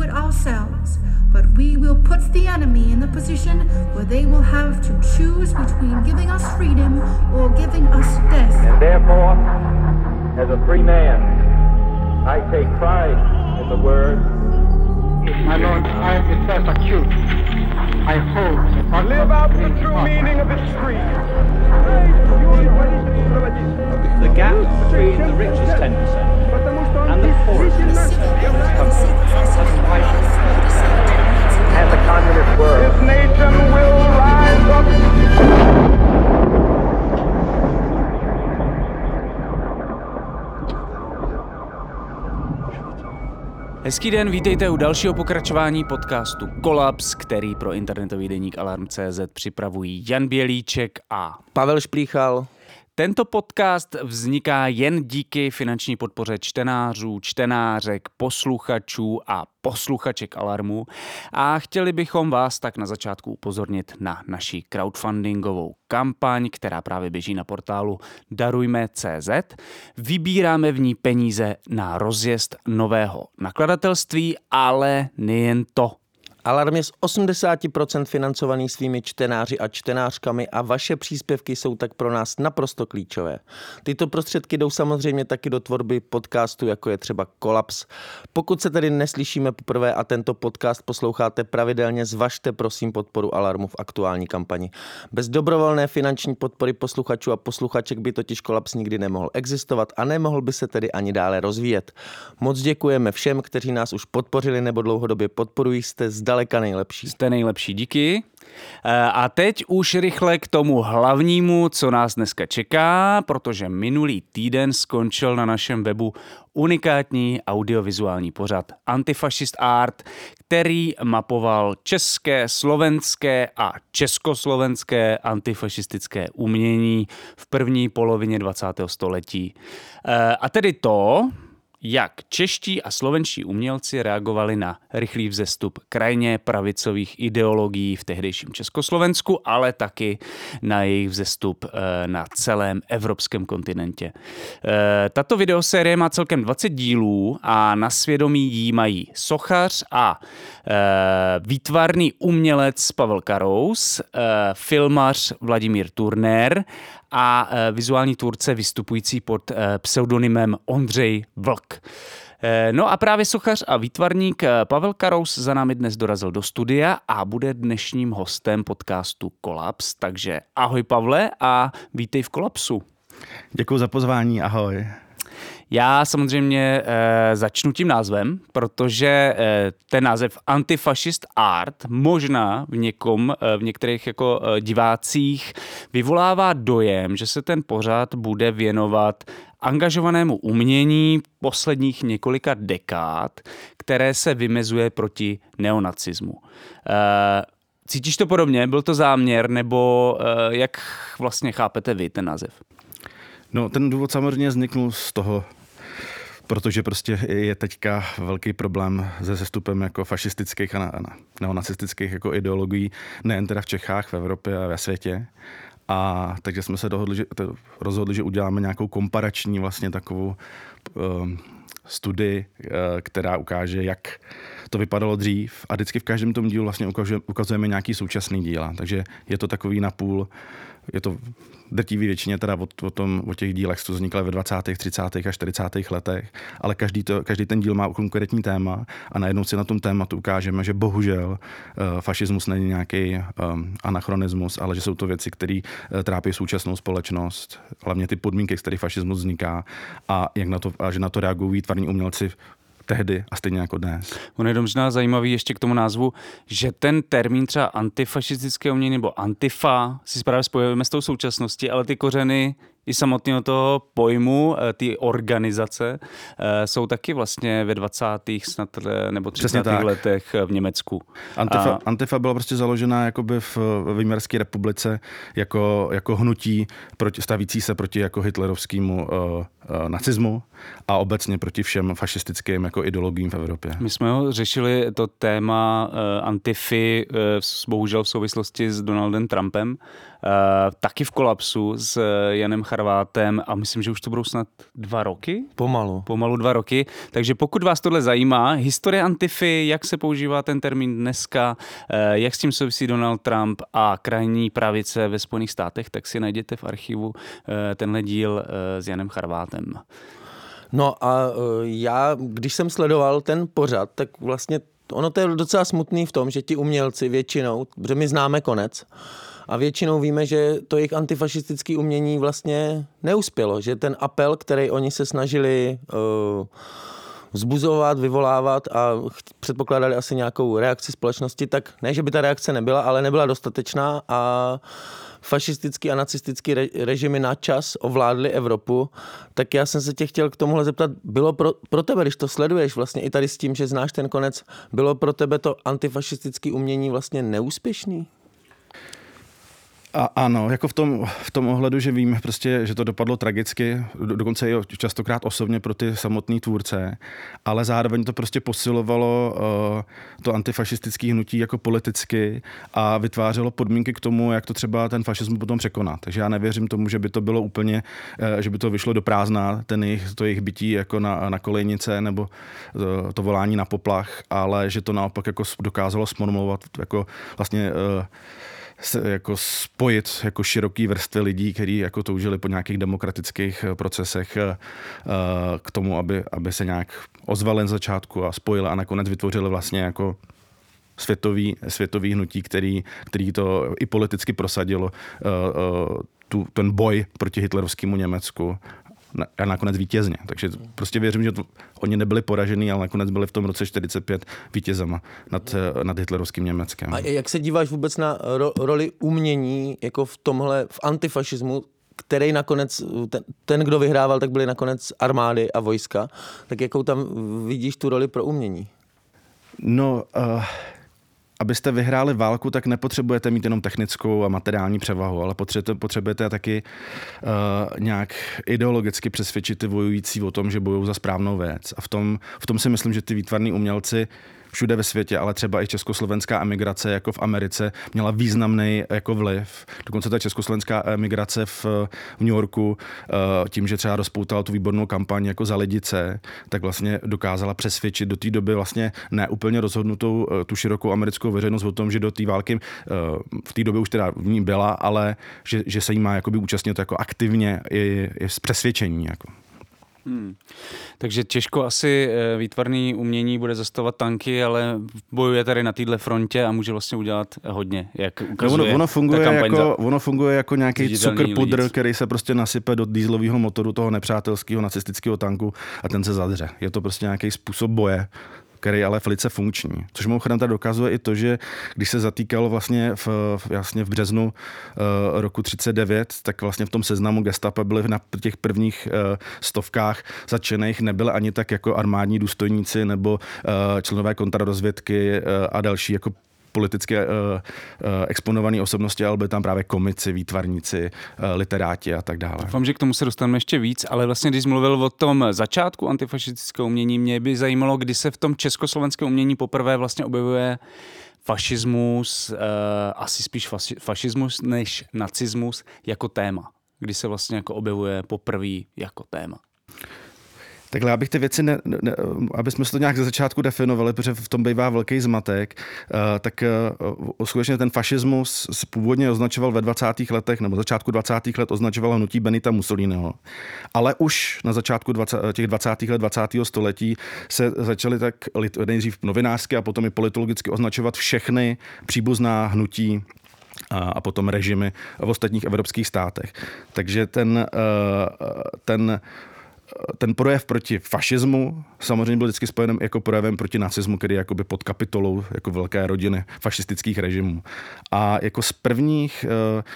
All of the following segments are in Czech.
it ourselves, but we will put the enemy in the position where they will have to choose between giving us freedom or giving us death. And therefore, as a free man, I take pride in the word. My Lord, I am itself acute. I hope that Live out the true meaning of its creed. The gap between the richest 10% and the poorest 10% of this country has widened. And the communist world. This nation will rise up. Hezký den, vítejte u dalšího pokračování podcastu Kolaps, který pro internetový deník Alarm.cz připravují Jan Bělíček a Pavel Šplíchal. Tento podcast vzniká jen díky finanční podpoře čtenářů, čtenářek, posluchačů a posluchaček Alarmu a chtěli bychom vás tak na začátku upozornit na naši crowdfundingovou kampaň, která právě běží na portálu Darujme.cz. Vybíráme v ní peníze na rozjezd nového nakladatelství, ale nejen to. Alarm je z 80% financovaný svými čtenáři a čtenářkami a vaše příspěvky jsou tak pro nás naprosto klíčové. Tyto prostředky jdou samozřejmě taky do tvorby podcastu, jako je třeba Kolaps. Pokud se tedy neslyšíme poprvé a tento podcast posloucháte pravidelně, zvažte prosím podporu Alarmu v aktuální kampani. Bez dobrovolné finanční podpory posluchačů a posluchaček by totiž Kolaps nikdy nemohl existovat a nemohl by se tedy ani dále rozvíjet. Moc děkujeme všem, kteří nás už podpořili nebo dlouhodobě podporují, jste zdaleka nejlepší. Jste nejlepší, díky. A teď už rychle k tomu hlavnímu, co nás dneska čeká, protože minulý týden skončil na našem webu unikátní audiovizuální pořad Antifašist Art, který mapoval české, slovenské a československé antifašistické umění v první polovině 20. století. A tedy to, jak čeští a slovenští umělci reagovali na rychlý vzestup krajně pravicových ideologií v tehdejším Československu, ale taky na jejich vzestup na celém evropském kontinentě. Tato videosérie má celkem 20 dílů a na svědomí jí mají sochař a výtvarný umělec Pavel Karous, filmař Vladimír Turner a vizuální tvůrce vystupující pod pseudonymem Ondřej Vlk. No a právě sochař a výtvarník Pavel Karous za námi dnes dorazil do studia a bude dnešním hostem podcastu Kolaps. Takže ahoj Pavle a vítej v Kolapsu. Děkuji za pozvání, ahoj. Já samozřejmě začnu tím názvem, protože ten název Antifašist Art možná v některých jako divácích vyvolává dojem, že se ten pořad bude věnovat angažovanému umění posledních několika dekád, které se vymezuje proti neonacismu. Cítíš to podobně? Byl to záměr, nebo jak vlastně chápete vy ten název? No, ten důvod samozřejmě vzniknul z toho, protože prostě je teďka velký problém se sestupem jako fašistických a neonacistických jako ideologií, nejen teda v Čechách, v Evropě a ve světě. A takže jsme se rozhodli, že uděláme nějakou komparační vlastně takovou studii, která ukáže, jak to vypadalo dřív. A vždycky v každém tom dílu vlastně ukazujeme nějaký současný díla. Takže je to takový napůl, je to drtivý většině teda o těch dílech, co vznikly ve 20., 30. a 40. letech, ale každý ten díl má konkrétní téma a najednou si na tom tématu ukážeme, že bohužel fašismus není nějaký anachronismus, ale že jsou to věci, které trápí současnou společnost, hlavně ty podmínky, z kterých fašismus vzniká a že na to reagují výtvarní umělci tehdy a stejně jako dnes. On je možná zajímavý ještě k tomu názvu, že ten termín třeba antifašistické umění nebo antifa si právě spojujeme s tou současností, ale ty kořeny i samotného toho pojmu, ty organizace, jsou taky vlastně ve 20. snad nebo 30. letech v Německu. Antifa byla prostě založena jakoby v Výmarské republice jako hnutí stavící se proti jako hitlerovskému nacismu a obecně proti všem fašistickým jako ideologiím v Evropě. My jsme řešili to téma antify bohužel v souvislosti s Donaldem Trumpem, taky v Kolapsu s Janem Charvátem a myslím, že už to budou snad 2 roky. Pomalu 2 roky. Takže pokud vás tohle zajímá, historie Antify, jak se používá ten termín dneska, jak s tím souvisí Donald Trump a krajní pravice ve Spojených státech, tak si najděte v archivu tenhle díl s Janem Charvátem. No a já, když jsem sledoval ten pořad, tak vlastně ono to je docela smutný v tom, že ti umělci většinou, protože my známe konec, a většinou víme, že to jejich antifašistické umění vlastně neuspělo, že ten apel, který oni se snažili vzbuzovat, vyvolávat a předpokládali asi nějakou reakci společnosti, tak ne, že by ta reakce nebyla, ale nebyla dostatečná a fašistický a nacistický režimy na čas ovládly Evropu, tak já jsem se tě chtěl k tomuhle zeptat, bylo pro tebe, když to sleduješ vlastně i tady s tím, že znáš ten konec, bylo pro tebe to antifašistické umění vlastně neúspěšný? A ano, jako v tom ohledu, že vím prostě, že to dopadlo tragicky, dokonce i častokrát osobně pro ty samotný tvůrce, ale zároveň to prostě posilovalo to antifašistické hnutí jako politicky a vytvářelo podmínky k tomu, jak to třeba ten fašismus potom překonat. Takže já nevěřím tomu, že by to bylo úplně, že by to vyšlo do prázdna, to jejich bytí jako na kolejnice nebo to volání na poplach, ale že to naopak jako dokázalo smormulovat jako vlastně jako spojit jako široký vrstvy lidí, kteří jako toužili po nějakých demokratických procesech k tomu, aby se nějak ozvali na začátku a spojili a nakonec vytvořili vlastně jako světový hnutí, který to i politicky prosadilo ten boj proti hitlerovskému Německu a nakonec vítězně. Takže prostě věřím, že oni nebyli poražení, ale nakonec byli v tom roce 1945 vítězema nad hitlerovským Německem. A jak se díváš vůbec na roli umění jako v tomhle, v antifašismu, který nakonec, ten, kdo vyhrával, tak byly nakonec armády a vojska, tak jakou tam vidíš tu roli pro umění? No, abyste vyhráli válku, tak nepotřebujete mít jenom technickou a materiální převahu, ale potřebujete taky nějak ideologicky přesvědčit ty vojující o tom, že bojují za správnou věc. A v tom si myslím, že ty výtvarní umělci všude ve světě, ale třeba i československá emigrace jako v Americe měla významný jako vliv. Dokonce ta československá emigrace v New Yorku tím, že třeba rozpoutala tu výbornou kampaň jako Za lidice, tak vlastně dokázala přesvědčit do té doby vlastně neúplně rozhodnutou tu širokou americkou veřejnost o tom, že do té války v té době už teda v ní byla, ale že se jí má jakoby účastnit jako aktivně i z přesvědčení. Jako. Takže těžko asi výtvarný umění bude zastavovat tanky, ale bojuje tady na téhle frontě a může vlastně udělat hodně, jak ukazuje ono funguje jako nějaký cukrpudr, který se prostě nasype do dieselového motoru toho nepřátelského nacistického tanku a ten se zadře. Je to prostě nějaký způsob boje, který je ale velice funkční. Což mimochodem tady dokazuje i to, že když se zatýkalo vlastně v březnu roku 1939, tak vlastně v tom seznamu gestapa byly na těch prvních stovkách zatčených nebyly ani tak jako armádní důstojníci nebo členové kontrarozvědky a další jako politicky exponované osobnosti, ale byly tam právě komici, výtvarníci, literáti a tak dále. Doufám, že k tomu se dostaneme ještě víc, ale vlastně, když mluvil o tom začátku antifašistického umění, mě by zajímalo, kdy se v tom československém umění poprvé vlastně objevuje fašismus, asi spíš fašismus než nacismus jako téma. Kdy se vlastně jako objevuje poprvé jako téma. Takhle, abych ty věci, aby jsme se to nějak ze začátku definovali, protože v tom bývá velký zmatek, tak skutečně ten fašismus se původně označoval ve 20. letech, nebo začátku 20. let označoval hnutí Benita Mussoliniho. Ale už na začátku těch 20. let 20. století se začaly tak nejdřív novinářsky a potom i politologicky označovat všechny příbuzná hnutí a potom režimy v ostatních evropských státech. Takže ten projev proti fašismu samozřejmě byl vždycky spojen jako projevem proti nacismu, který je jakoby pod kapitolou jako velké rodiny fašistických režimů. A jako z prvních,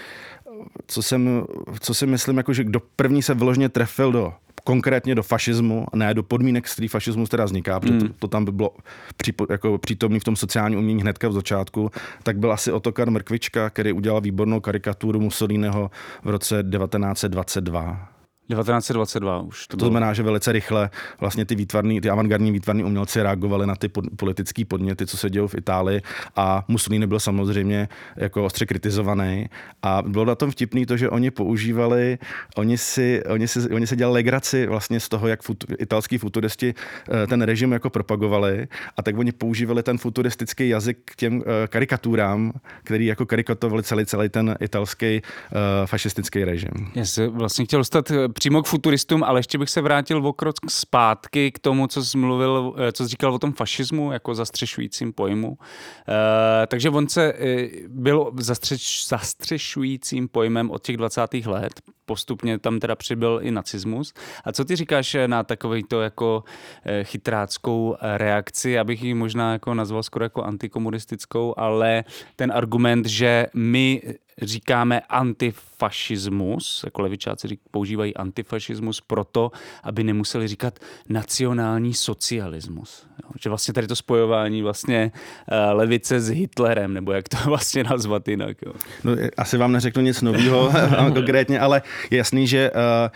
co si myslím, jako, že kdo první se vyloženě trefil konkrétně do fašismu, ne do podmínek, z kterých fašismus teda vzniká, protože to tam by bylo jako přítomný v tom sociálním umění hnedka v začátku, tak byl asi Ottokar Mrkvička, který udělal výbornou karikaturu Mussoliniho v roce 1922. 1922 už to To bylo. znamená, že velice rychle vlastně ty avantgardní výtvarní umělci reagovali na ty politické podněty, co se dělo v Itálii, a Mussolini byl samozřejmě jako ostře kritizovaný, a bylo na tom vtipný to, že oni používali, oni si dělali legraci vlastně z toho, jak italský futuristi ten režim jako propagovali, a tak oni používali ten futuristický jazyk k těm karikaturám, který jako karikatovali celý ten italský fašistický režim. Já se vlastně chtěl dostat přímo k futuristům, ale ještě bych se vrátil o krok zpátky k tomu, co jsi říkal o tom fašismu jako zastřešujícím pojmu. Takže on se byl zastřešujícím pojmem od těch 20. let. Postupně tam teda přibyl i nacismus. A co ty říkáš na takovejto jako chytráckou reakci? Já bych ji možná jako nazval skoro jako antikomunistickou, ale ten argument, že my říkáme antifašismus, jako levičáci používají antifašismus proto, aby nemuseli říkat nacionální socialismus. Že vlastně tady to spojování vlastně levice s Hitlerem, nebo jak to vlastně nazvat jinak. Jo. No, asi vám neřeknu nic nového konkrétně, ale je jasný, že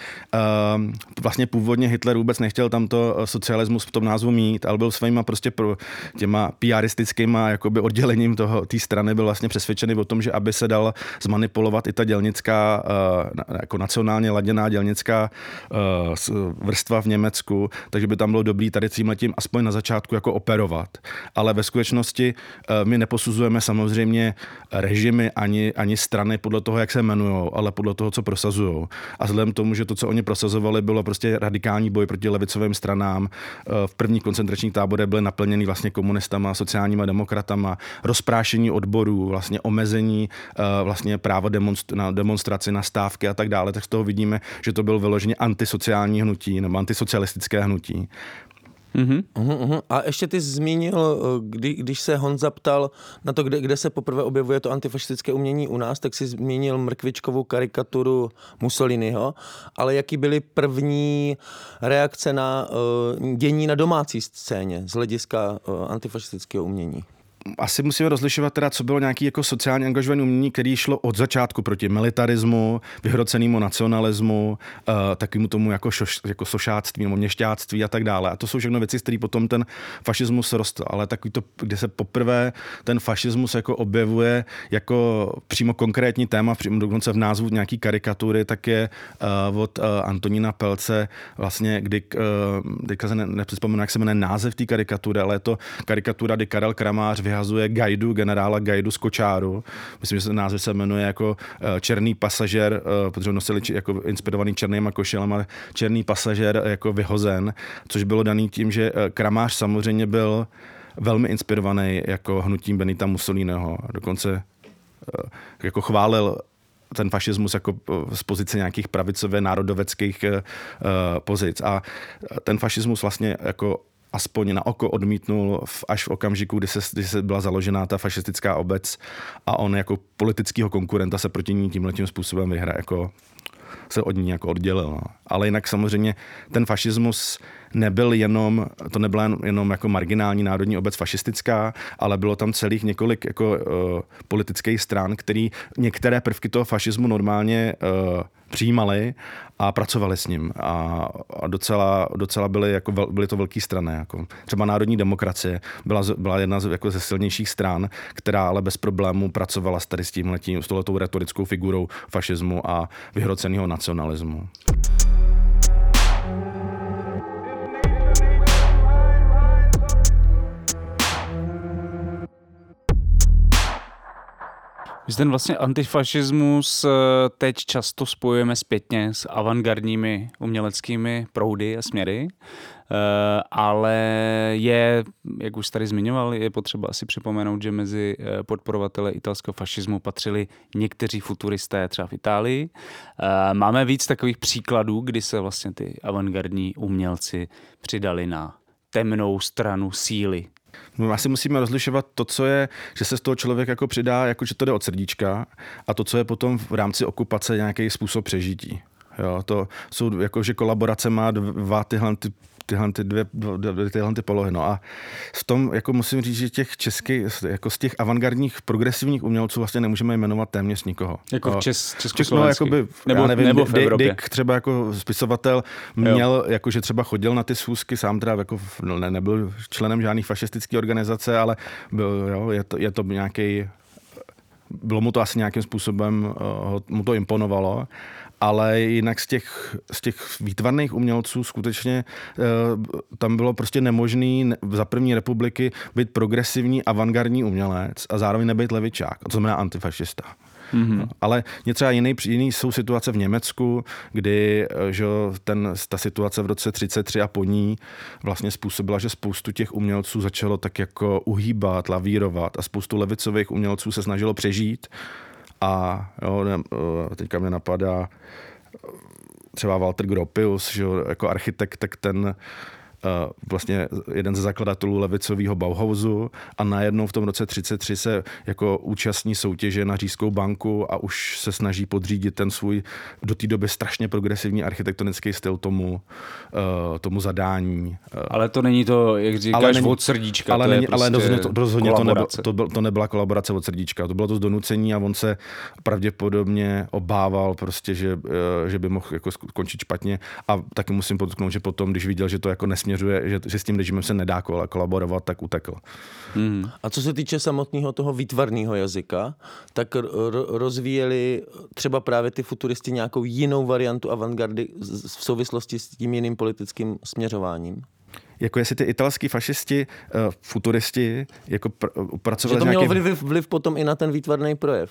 vlastně původně Hitler vůbec nechtěl tamto socialismus v tom názvu mít, ale byl svýma prostě těma PR-istickýma jakoby oddělením té strany byl vlastně přesvědčený o tom, že aby se dal zmanipulovat i ta dělnická, jako nacionálně laděná dělnická vrstva v Německu, takže by tam bylo dobrý tady tímhletím aspoň na začátku jako operovat. Ale ve skutečnosti my neposuzujeme samozřejmě režimy ani strany podle toho, jak se jmenujou, ale podle toho, co prosazujou. A vzhledem k tomu, že to, co oni prosazovali, bylo prostě radikální boj proti levicovým stranám. V první koncentrační táboře byly naplněny vlastně komunistama, sociálníma demokratama, rozprášení odborů, vlastně omezení vlastně práva na demonstraci, na stávky a tak dále. Tak z toho vidíme, že to bylo vyloženě antisociální hnutí nebo antisocialistické hnutí. A ještě ty zmínil, když se Honza ptal na to, kde se poprvé objevuje to antifašistické umění u nás, tak si zmínil mrkvičkovou karikaturu Mussoliniho, ale jaký byly první reakce na dění na domácí scéně z hlediska antifašistického umění? Asi musíme rozlišovat teda, co bylo nějaký jako sociálně angažovaný umění, který šlo od začátku proti militarismu, vyhrocenému nacionalismu, takovému tomu jako sošáctví nebo měšťáctví a tak dále. A to jsou všechno věci, z kterých potom ten fašismus rostl. Ale takový to, kde se poprvé ten fašismus jako objevuje jako přímo konkrétní téma, přímo dokonce v názvu nějaký karikatury, tak je od Antonína Pelce vlastně, kdy se nepřizpomenu, jak se jmenuje název té karikatury, ale je to karikatura, kdy Karel Kramář vyhazuje generála Gajdu z kočáru. Myslím, že název se jmenuje jako Černý pasažér, protože nosili jako inspirovaný černýma košilema, Černý pasažér jako vyhozen, což bylo daný tím, že Kramář samozřejmě byl velmi inspirovaný jako hnutím Benita Mussoliniho. Dokonce jako chválil ten fašismus jako z pozice nějakých pravicově národoveckých pozic. A ten fašismus vlastně jako aspoň na oko odmítnul až v okamžiku, kdy se byla založená ta fašistická obec a on jako politického konkurenta se proti ní tímhletím způsobem vyhraje, se od ní jako oddělil. No. Ale jinak samozřejmě ten fašismus nebyla jenom jako marginální národní obec fašistická, ale bylo tam celých několik jako politických stran, který některé prvky toho fašismu normálně přijímali a pracovali s ním. A docela byly to velké strany. Jako. Třeba Národní demokracie byla jedna ze silnějších stran, která ale bez problémů pracovala s touhletou retorickou figurou fašismu a vyhroceného nacionalismu. My ten vlastně antifašismus teď často spojujeme zpětně s avantgardními uměleckými proudy a směry, ale je, jak už tady zmiňoval, je potřeba asi připomenout, že mezi podporovatele italského fašismu patřili někteří futuristé třeba v Itálii. Máme víc takových příkladů, kdy se vlastně ty avantgardní umělci přidali na temnou stranu síly. My asi musíme rozlišovat to, co je, že se z toho člověk jako přidá, jako že to jde od srdíčka, a to, co je potom v rámci okupace nějaký způsob přežití. Jo, to jsou jakože kolaborace má tyhle ty polohy. No a v tom, jako musím říct, že těch českých, jako z těch avantgardních progresivních umělců vlastně nemůžeme jmenovat téměř nikoho. Jako v československých? Nebo v Evropě. Dick třeba jako spisovatel měl, jakože třeba chodil na ty schůzky, sám teda jako nebyl členem žádných fašistických organizace, ale byl, jo, je to nějaký, bylo mu to asi nějakým způsobem, mu to imponovalo. Ale jinak z těch výtvarných umělců skutečně tam bylo prostě nemožný za první republiky být progresivní avantgardní umělec a zároveň nebejt levičák, to znamená antifašista. Mm-hmm. Ale třeba jiný jsou situace v Německu, kdy že ta situace v roce 1933 a po ní vlastně způsobila, že spoustu těch umělců začalo tak jako uhýbat, lavírovat a spoustu levicových umělců se snažilo přežít. A jo, teďka mě napadá třeba Walter Gropius, že jako architekt, tak ten vlastně jeden ze zakladatelů levicového Bauhausu a najednou v tom roce 1933 se jako účastní soutěže na Říšskou banku a už se snaží podřídit ten svůj do té doby strašně progresivní architektonický styl tomu zadání. Ale to není to, jak říkáš, od srdíčka. Ale, to je prostě rozhodně to nebyla kolaborace od srdíčka. To bylo to z donucení a on se pravděpodobně obával prostě, že by mohl jako skončit špatně a taky musím podotknout, že potom, když viděl, že to jako nesměřuje, že s tím režimem se nedá kolaborovat, tak utekl. Hmm. A co se týče samotného toho výtvarného jazyka, tak rozvíjeli třeba právě ty futuristi nějakou jinou variantu avantgardy v souvislosti s tím jiným politickým směřováním? Jako jestli ty italský fašisti, futuristi, jako pracovali... Že to mělo vliv potom i na ten výtvarný projev?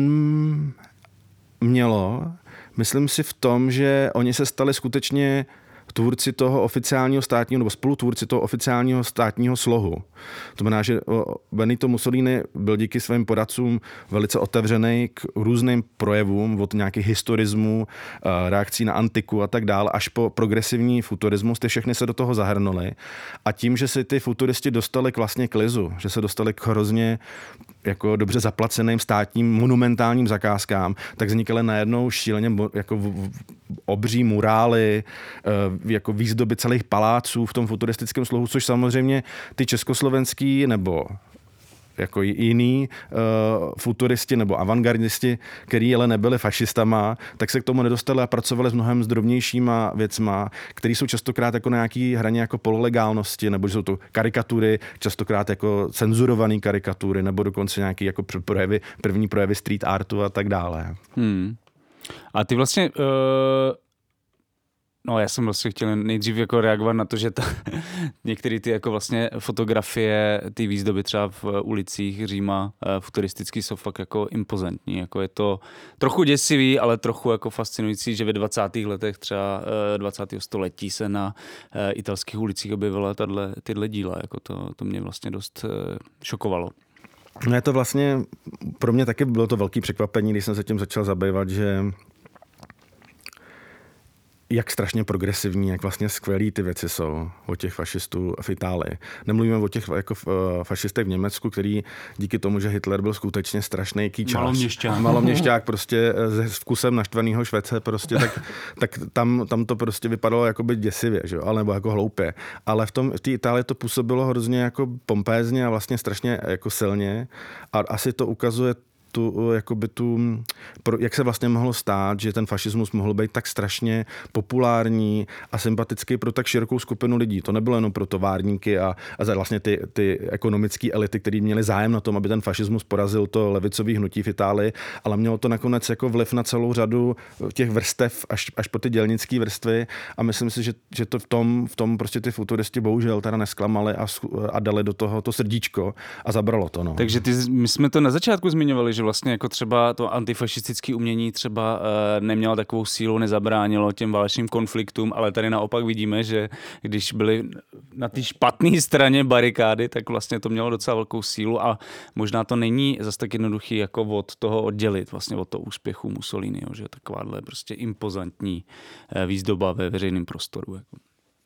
Mělo. Myslím si v tom, že oni se stali skutečně tvůrci toho oficiálního státního, nebo spolutvůrci toho oficiálního státního slohu. To znamená, že Benito Mussolini byl díky svým poradcům velice otevřený k různým projevům, od nějakých historismů, reakcí na antiku a tak dále, až po progresivní futurismus, ty všechny se do toho zahrnuli. A tím, že si ty futuristi dostali vlastně k lizu, že se dostali k hrozně jako dobře zaplaceným státním monumentálním zakázkám, tak vznikaly najednou šíleně jako obří murály, jako výzdoby celých paláců v tom futuristickém slohu, což samozřejmě ty československý nebo jako jiný futuristi nebo avantgardisti, který ale nebyli fašistama, tak se k tomu nedostali a pracovali s mnohem zdrobnějšíma věcma, které jsou častokrát jako na nějaký hraně jako pololegálnosti, nebo jsou to karikatury, častokrát jako cenzurované karikatury, nebo dokonce nějaký jako první projevy street artu a tak dále. A ty vlastně... No, já jsem vlastně chtěl nejdřív jako reagovat na to, že některé ty jako vlastně fotografie, ty výzdoby třeba v ulicích Říma futuristický jsou fakt jako impozantní. Jako je to trochu děsivý, ale trochu jako fascinující, že ve 20. letech třeba 20. století se na italských ulicích objevila tyhle díla. Jako to mě vlastně dost šokovalo. No je to vlastně, pro mě taky bylo to velký překvapení, když jsem se tím začal zabývat, že jak strašně progresivní, jak vlastně skvělý ty věci jsou od těch fašistů v Itálii. Nemluvíme o těch jako fašistech v Německu, který díky tomu, že Hitler byl skutečně strašný kýčář. Maloměšťák prostě s vkusem naštvaného Švédce prostě, tak tam to prostě vypadalo jakoby děsivě, že? Ale nebo jako hloupě. Ale v té Itálii to působilo hrozně jako pompézně a vlastně strašně jako silně a asi to ukazuje jak se vlastně mohlo stát, že ten fašismus mohl být tak strašně populární a sympatický pro tak širokou skupinu lidí. To nebylo jenom pro továrníky a vlastně ty ekonomické elity, které měly zájem na tom, aby ten fašismus porazil to levicové hnutí v Itálii, ale mělo to nakonec jako vliv na celou řadu těch vrstev až po ty dělnické vrstvy a myslím si, že to v tom prostě ty futuristi bohužel teda nesklamali a dali do toho to srdíčko a zabralo to. No. Takže my jsme to na začátku zmiňovali, že vlastně jako třeba to antifašistické umění třeba nemělo takovou sílu, nezabránilo těm válečným konfliktům, ale tady naopak vidíme, že když byli na té špatné straně barikády, tak vlastně to mělo docela velkou sílu a možná to není zas tak jednoduchý jako od toho oddělit, vlastně od toho úspěchu Mussoliniho, že takováhle prostě impozantní výzdoba ve veřejném prostoru. Jako.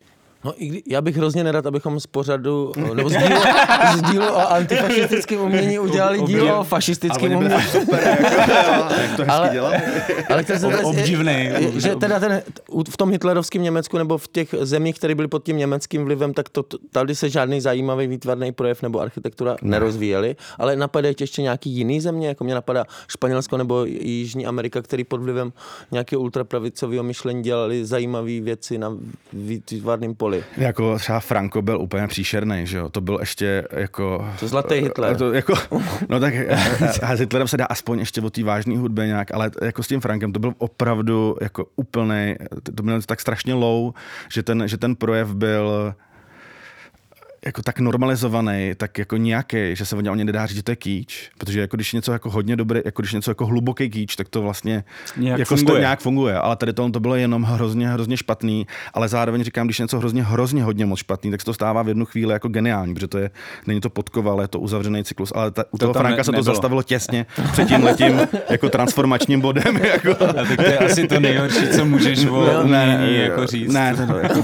No, já bych hrozně nerad, abychom z pořadu, nebo z dílu o antifašistickém umění udělali díl o fašistickém umění. Super, jak to hezky dělal. Ale obdivný. Že teda v tom hitlerovském Německu nebo v těch zemích, které byly pod tím německým vlivem, tak tady se žádný zajímavý výtvarný projev nebo architektura nerozvíjely, ale napadají ještě nějaký jiný země, jako mě napadá Španělsko nebo Jižní Amerika, který pod vlivem nějakého ultrapravicového myšlení dělali zajímavé věci na výtvarném poli. Jako třeba Franco byl úplně příšerný, že jo? To byl ještě jako... To zlatý Hitler. To jako, no tak s Hitlerem se dá aspoň ještě o té vážné hudbě nějak, ale jako s tím Frankem to byl opravdu jako úplnej, to bylo tak strašně low, že ten projev byl jako tak normalizovaný, tak jako nějaký, že se o něj nedá říct, že to je kýč, protože jako když něco jako hodně dobrý, jako když něco jako hluboký kýč, tak to vlastně nějak funguje, ale tady to bylo jenom hrozně špatný, ale zároveň říkám, když něco hrozně hodně moc špatný, tak se to stává v jednu chvíli jako geniální, protože není to podkova, ale je to uzavřený cyklus, ale u toho Franka se to zastavilo těsně před tím letím jako transformačním bodem. Jako. A tak to je asi to nejhorší, co můžeš o umění jako říct. Ne,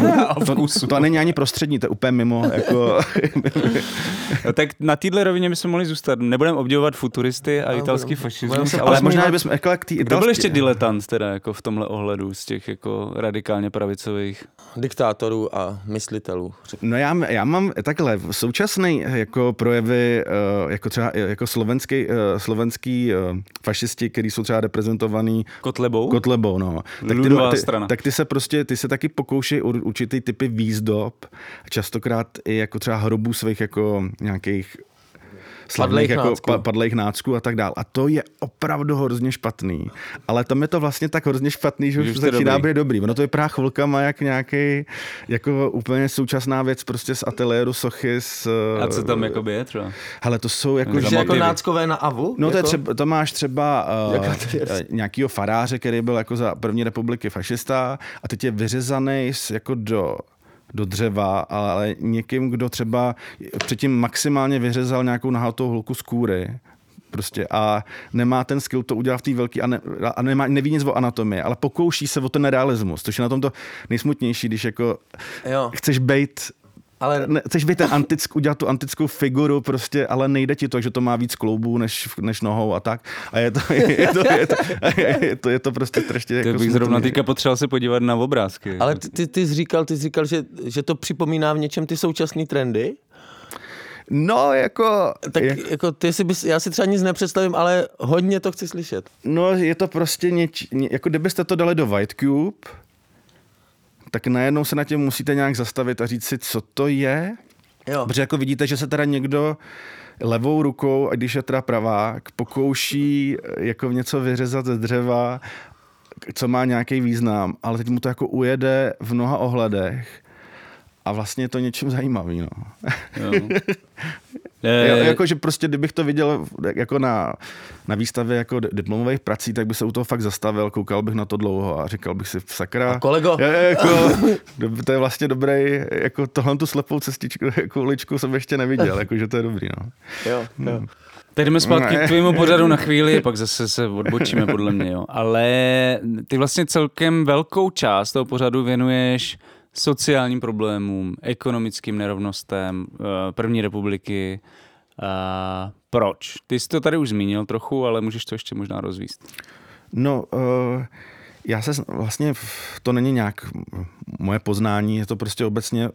to není ani prostřední, to je úplně mimo, jako No, tak na téhle rovině bychom mohli zůstat. Nebudeme obdivovat futuristy a italský fašismus. Ale možná bychom kdo byl ještě diletant teda jako v tomhle ohledu z těch jako radikálně pravicových diktátorů a myslitelů? No já mám takhle současný jako projevy jako třeba jako slovenský fašisti, kteří jsou třeba reprezentovaný Kotlebou, no. Tak ty se taky pokouší určitý typy výzdob, častokrát i jako třeba hrobů svých jako nějakých slavných jako padlých nácků a tak dál. A to je opravdu hrozně špatný. Ale tam je to vlastně tak hrozně špatný, že už to začíná být dobrý. Ono to vypadá chvilkama jak nějaký jako úplně současná věc prostě z ateliéru sochy. A co tam jakoby je třeba? Hele, to jsou jako náckové na AVU? No jako? To máš třeba nějakýho faráře, který byl jako za první republiky fašista a teď je vyřezaný jako do dřeva, ale někým, kdo třeba předtím maximálně vyřezal nějakou nahatou holku z kůry prostě a nemá ten skill to udělat v té velký a neví nic o anatomii, ale pokouší se o ten realismus, což je na tom to nejsmutnější, když jako chceš být udělat tu antickou figuru prostě, ale nejde ti to, že to má víc kloubů než nohou a tak. A je to prostě strašně jako smutný. Zrovna teďka potřeboval se podívat na obrázky. Ale ty jsi říkal, že to připomíná v něčem ty současné trendy? No, jako... Tak jako já si třeba nic nepředstavím, ale hodně to chci slyšet. No, je to prostě jako kdybyste to dali do White Cube, tak najednou se na tím musíte nějak zastavit a říct si, co to je. Jo. Protože jako vidíte, že se teda někdo levou rukou, a když je teda pravák, pokouší jako něco vyřezat ze dřeva, co má nějaký význam, ale teď mu to jako ujede v mnoha ohledech a vlastně je to něčím zajímavý, no. Jakože prostě, kdybych to viděl jako na výstavě jako diplomových prací, tak bych se u toho fakt zastavil, koukal bych na to dlouho a říkal bych si, sakra. A kolego. To je vlastně dobrý, jako tohle tu slepou cestičku, jako uličku jsem ještě neviděl, jakože to je dobrý, no. Jo. Tak jdeme zpátky k tvému pořadu na chvíli, pak zase se odbočíme podle mě, jo. Ale ty vlastně celkem velkou část toho pořadu věnuješ sociálním problémům, ekonomickým nerovnostem první republiky. Proč? Ty jsi to tady už zmínil trochu, ale můžeš to ještě možná rozvíst. No, já se vlastně, to není nějak moje poznání, je to prostě obecně...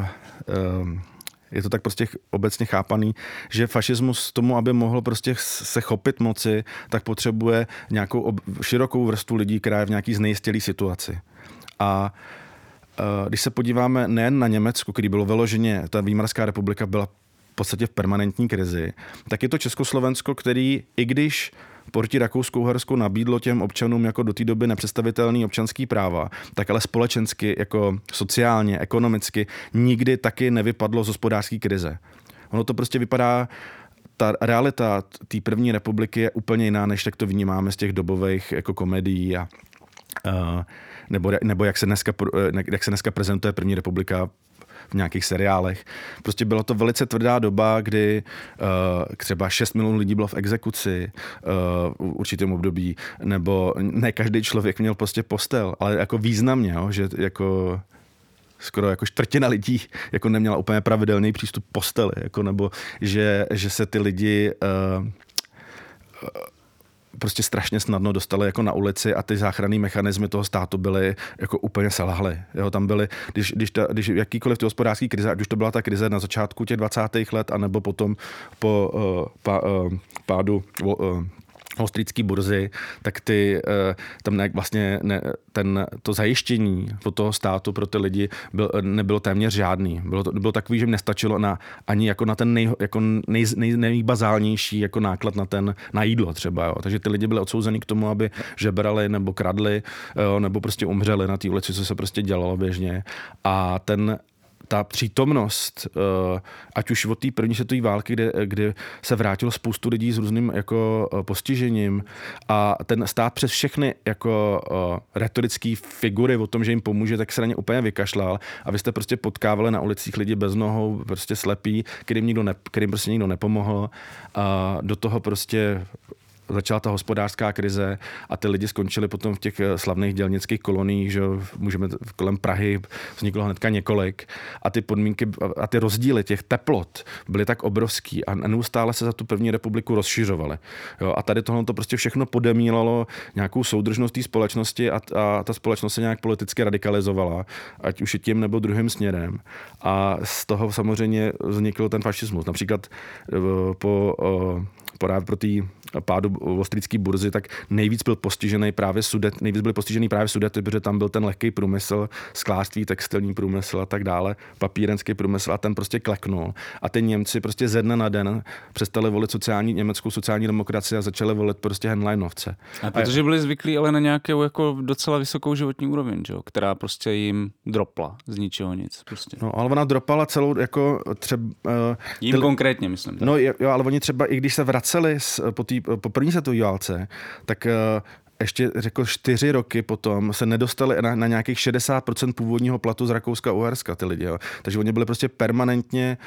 Je to tak prostě obecně chápaný, že fašismus tomu, aby mohl prostě se chopit moci, tak potřebuje nějakou širokou vrstvu lidí, která je v nějaký znejistělý situaci. A když se podíváme nejen na Německo, který bylo vyloženě, ta Výmarská republika byla v podstatě v permanentní krizi, tak je to Československo, který, i když proti Rakousku-Uhersku nabídlo těm občanům jako do té doby nepředstavitelný občanský práva, tak ale společensky, jako sociálně, ekonomicky nikdy taky nevypadlo z hospodářské krize. Ono to prostě vypadá, ta realita té první republiky je úplně jiná, než tak to vnímáme z těch dobových jako komedií a nebo jak se dneska prezentuje první republika v nějakých seriálech. Prostě byla to velice tvrdá doba, kdy třeba 6 milionů lidí bylo v exekuci v určitém období, nebo ne každý člověk měl prostě postel, ale jako významně, jo, že jako... skoro jako čtvrtina lidí jako neměla úplně pravidelný přístup k posteli, jako, nebo že se ty lidi prostě strašně snadno dostali jako na ulici a ty záchranné mechanismy toho státu byly jako úplně selhaly. Jo, tam byly, když jakýkoliv ty hospodářský krize, ať už to byla ta krize na začátku těch 20. let, anebo potom po pádu Wallstreetské burzy, tak tam vlastně to zajištění pro toho státu, pro ty lidi nebylo téměř žádný. Bylo takový, že nestačilo ani jako na ten nejbazálnější jako náklad na jídlo třeba. Jo. Takže ty lidi byli odsouzeni k tomu, aby žebrali nebo kradli, nebo prostě umřeli na té ulici, co se prostě dělalo běžně. A ta přítomnost, ať už od té první světové války, kde se vrátilo spoustu lidí s různým jako postižením a ten stát přes všechny jako retorické figury o tom, že jim pomůže, tak se na ně úplně vykašlal a vy jste prostě potkávali na ulicích lidi bez nohou, prostě slepí, kterým prostě nikdo nepomohl a do toho prostě začala ta hospodářská krize a ty lidi skončili potom v těch slavných dělnických koloniích, že můžeme kolem Prahy, vzniklo hnedka několik a ty podmínky a ty rozdíly těch teplot byly tak obrovský a neustále se za tu první republiku rozšiřovaly. Jo, a tady tohle to prostě všechno podemílalo nějakou soudržnost té společnosti a ta společnost se nějak politicky radikalizovala, ať už i tím nebo druhým směrem. A z toho samozřejmě vznikl ten fašismus. Například pro té pádu Wallstreetské burzy, tak nejvíc byli postižený právě Sudety, protože tam byl ten lehký průmysl, sklářství, textilní průmysl a tak dále, papírenský průmysl a ten prostě kleknul. A ty Němci prostě ze dne na den přestali volit německou sociální demokracii a začali volit prostě Henleinovce. A protože byli zvyklí ale na nějakou jako docela vysokou životní úroveň, že? Která prostě jim dropla z ničeho nic. Prostě. No, ale ona dropala celou jako třeba... Jim konkrétně, myslím. Tak. No jo, ale oni třeba, i když se vraceli po první světové válce, tak ještě řekl 4 roky potom se nedostali na nějakých 60% původního platu z Rakouska a Uherska ty lidi. Jo. Takže oni byli prostě permanentně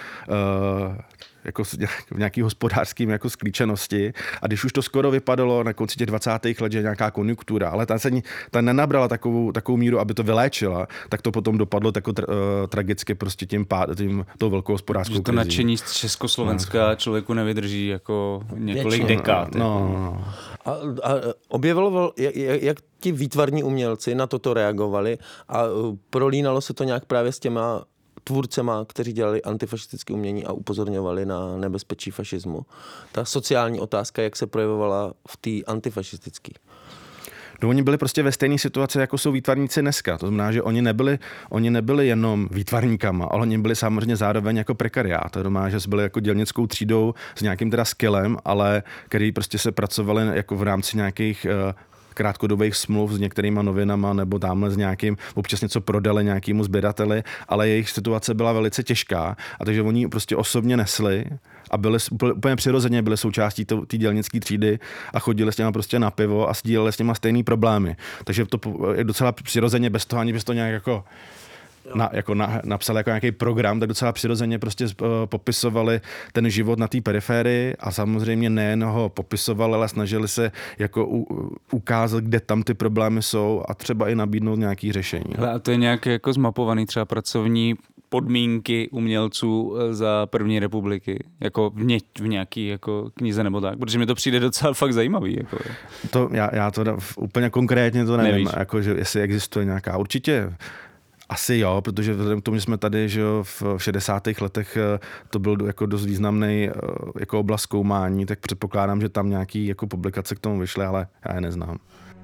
jako v nějaký hospodářským jako sklíčenosti a když už to skoro vypadalo na konci těch 20. let, že nějaká konjunktura, ale ta nenabrala takovou míru, aby to vyléčila, tak to potom dopadlo jako tragicky prostě tím tou velkou hospodářskou krizí. To nadšení z Československa člověku nevydrží jako několik dekád. No. A objevilo, jak ti výtvarní umělci na toto reagovali a prolínalo se to nějak právě s těma tvůrcema, kteří dělali antifašistické umění a upozorňovali na nebezpečí fašismu. Ta sociální otázka, jak se projevovala v té antifašistické. No, oni byli prostě ve stejné situaci, jako jsou výtvarníci dneska. To znamená, že oni nebyli jenom výtvarníkama, ale oni byli samozřejmě zároveň jako prekariát. To znamená, že byli jako dělnickou třídou s nějakým teda skillem, ale který prostě se pracovali jako v rámci nějakých krátkodobých smluv s některýma novinama nebo tamhle s nějakým, občas něco prodali nějakému sběrateli, ale jejich situace byla velice těžká a takže oni prostě osobně nesli a byli úplně přirozeně byli součástí té dělnické třídy a chodili s něma prostě na pivo a sdíleli s něma stejný problémy. Takže to je docela přirozeně bez toho, ani bez toho nějak jako napsal jako nějaký program, tak docela přirozeně prostě popisovali ten život na té periférii a samozřejmě nejen ho popisovali, ale snažili se jako ukázat, kde tam ty problémy jsou a třeba i nabídnout nějaké řešení. A to je nějaké jako zmapovaný třeba pracovní podmínky umělců za první republiky, jako v nějaký jako knize nebo tak, protože mi to přijde docela fakt zajímavý. Jako. To, já to úplně konkrétně to nevím, jako, že jestli existuje nějaká, určitě asi jo, protože vzhledem k tomu, že jsme tady, že jo, v 60. letech to byl jako dost významný jako oblast zkoumání, tak předpokládám, že tam nějaký jako publikace k tomu vyšly, ale já je neznám.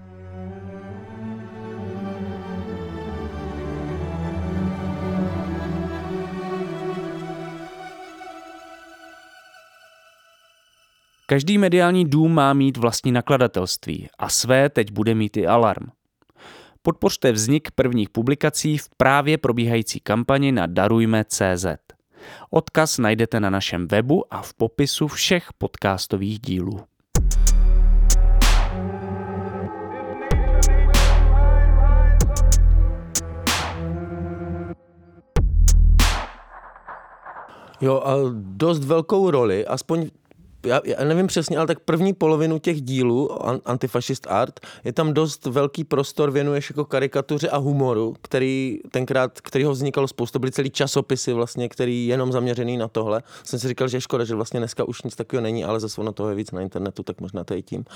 Každý mediální dům má mít vlastní nakladatelství a své teď bude mít i Alarm. Podpořte vznik prvních publikací v právě probíhající kampani na darujme.cz. Odkaz najdete na našem webu a v popisu všech podcastových dílů. Jo, a dost velkou roli, aspoň já nevím přesně, ale tak první polovinu těch dílů Antifascist Art je tam dost velký prostor, věnuješ jako karikatuře a humoru, kterýho vznikalo spoustu, byly celý časopisy vlastně, který jenom zaměřený na tohle. Jsem si říkal, že je škoda, že vlastně dneska už nic takového není, ale zase ono toho je víc na internetu, tak možná to je tím.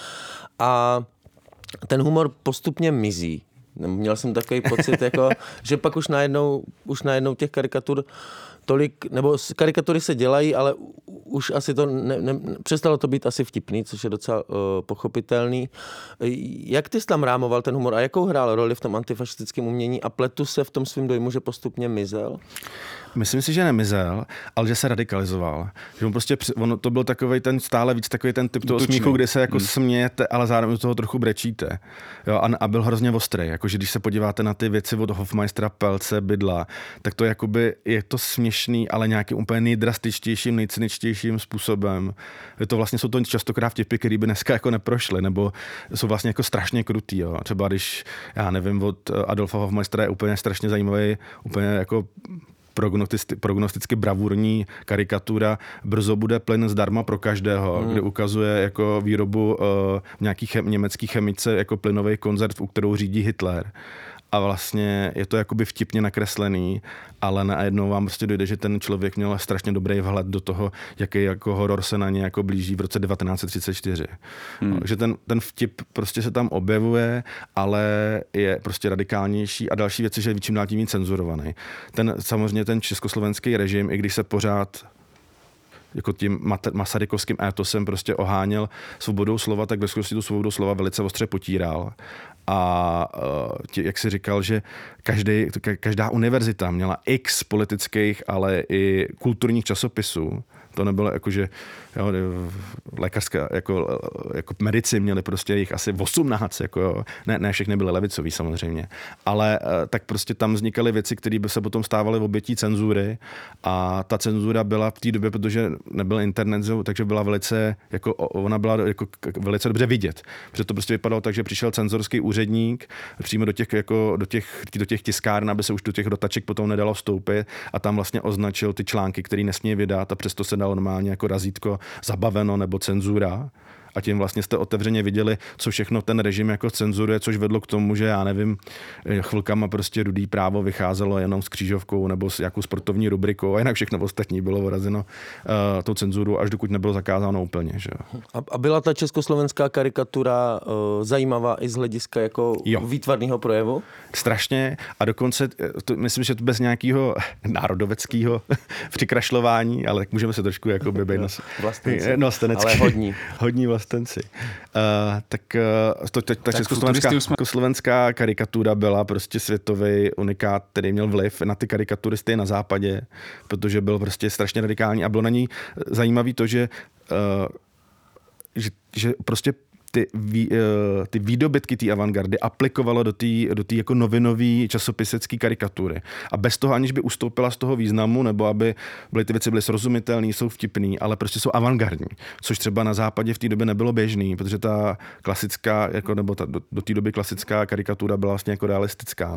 A ten humor postupně mizí. Měl jsem takový pocit, jako, že pak už najednou těch karikatur tolik, nebo karikatury se dělají, ale už asi to přestalo to být asi vtipný, což je docela pochopitelný. Jak ty jsi tam rámoval ten humor a jakou hrál roli v tom antifašistickém umění a pletu se v tom svým dojmu, že postupně mizel? Myslím si, že nemizel, ale že se radikalizoval. Že on prostě, to byl takovej ten stále víc takový ten typ toho smíchu, kdy se jako smějete, ale zároveň do toho trochu brečíte. Jo, a byl hrozně ostrý. Jakože když se podíváte na ty věci od Hofmeistera, Pelce, Bydla, tak to jakoby je to směšný, ale nějakým úplně nejdrastičtějším, nejcyničtějším způsobem. Jsou to častokrát vtipy, které by dneska jako neprošly, nebo jsou vlastně jako strašně krutý. Jo. Třeba když, já nevím, od Adolfa Hofmeistera je úplně strašně zajímavý, úplně jako prognosticky bravurní karikatura Brzo bude plyn zdarma pro každého, kde ukazuje jako výrobu nějaký německý chemice jako plynový konzerv, u kterou řídí Hitler. A vlastně je to jakoby vtipně nakreslený, ale najednou vám prostě dojde, že ten člověk měl strašně dobrý vhled do toho, jaký jako horor se na ně jako blíží v roce 1934. Takže ten vtip prostě se tam objevuje, ale je prostě radikálnější a další věc je, že je čím dál tím víc cenzurovaný. Samozřejmě ten československý režim, i když se pořád jako tím masarykovským étosem prostě oháněl svobodou slova, tak ve skutečnosti tu svobodu slova velice ostře potíral. A jak si říkal, že každá univerzita měla x politických, ale i kulturních časopisů. To nebylo jako, že lékařská, jako medici měli prostě jich asi 18, jako, ne všechny byly levicový samozřejmě, ale tak prostě tam vznikaly věci, které by se potom stávaly v obětí cenzury a ta cenzura byla v té době, protože nebyl internet, takže byla velice, jako ona byla jako velice dobře vidět, protože to prostě vypadalo tak, že přišel cenzorský úředník přímo do těch tiskárn, aby se už do těch dotaček potom nedalo vstoupit a tam vlastně označil ty články, které nesmí vydat a přesto se dalo normálně jako razítko zabaveno nebo cenzura. A tím vlastně jste otevřeně viděli, co všechno ten režim jako cenzuruje, což vedlo k tomu, že já nevím, chvilkama prostě Rudý právo vycházelo jenom s křížovkou nebo s jakou sportovní rubrikou a jinak všechno ostatní bylo vrazeno tou cenzuru, až dokud nebylo zakázáno úplně. Že? A byla ta československá karikatura zajímavá i z hlediska jako výtvarného projevu? Strašně a dokonce, myslím, že to bez nějakého národoveckého přikrašlování, ale tak můžeme se trošku jako být ale hodní vlastenci. Ta československá karikatura byla prostě světový unikát, který měl vliv na ty karikaturisty na západě, protože byl prostě strašně radikální a bylo na ní zajímavý to, že prostě ty výdobytky té avantgardy aplikovalo do té jako novinové časopisecké karikatury. A bez toho, aniž by ustoupila z toho významu, nebo aby ty věci byly srozumitelné, jsou vtipný, ale prostě jsou avantgardní. Což třeba na západě v té době nebylo běžný, protože ta klasická, jako, nebo do té doby klasická karikatura byla vlastně jako realistická,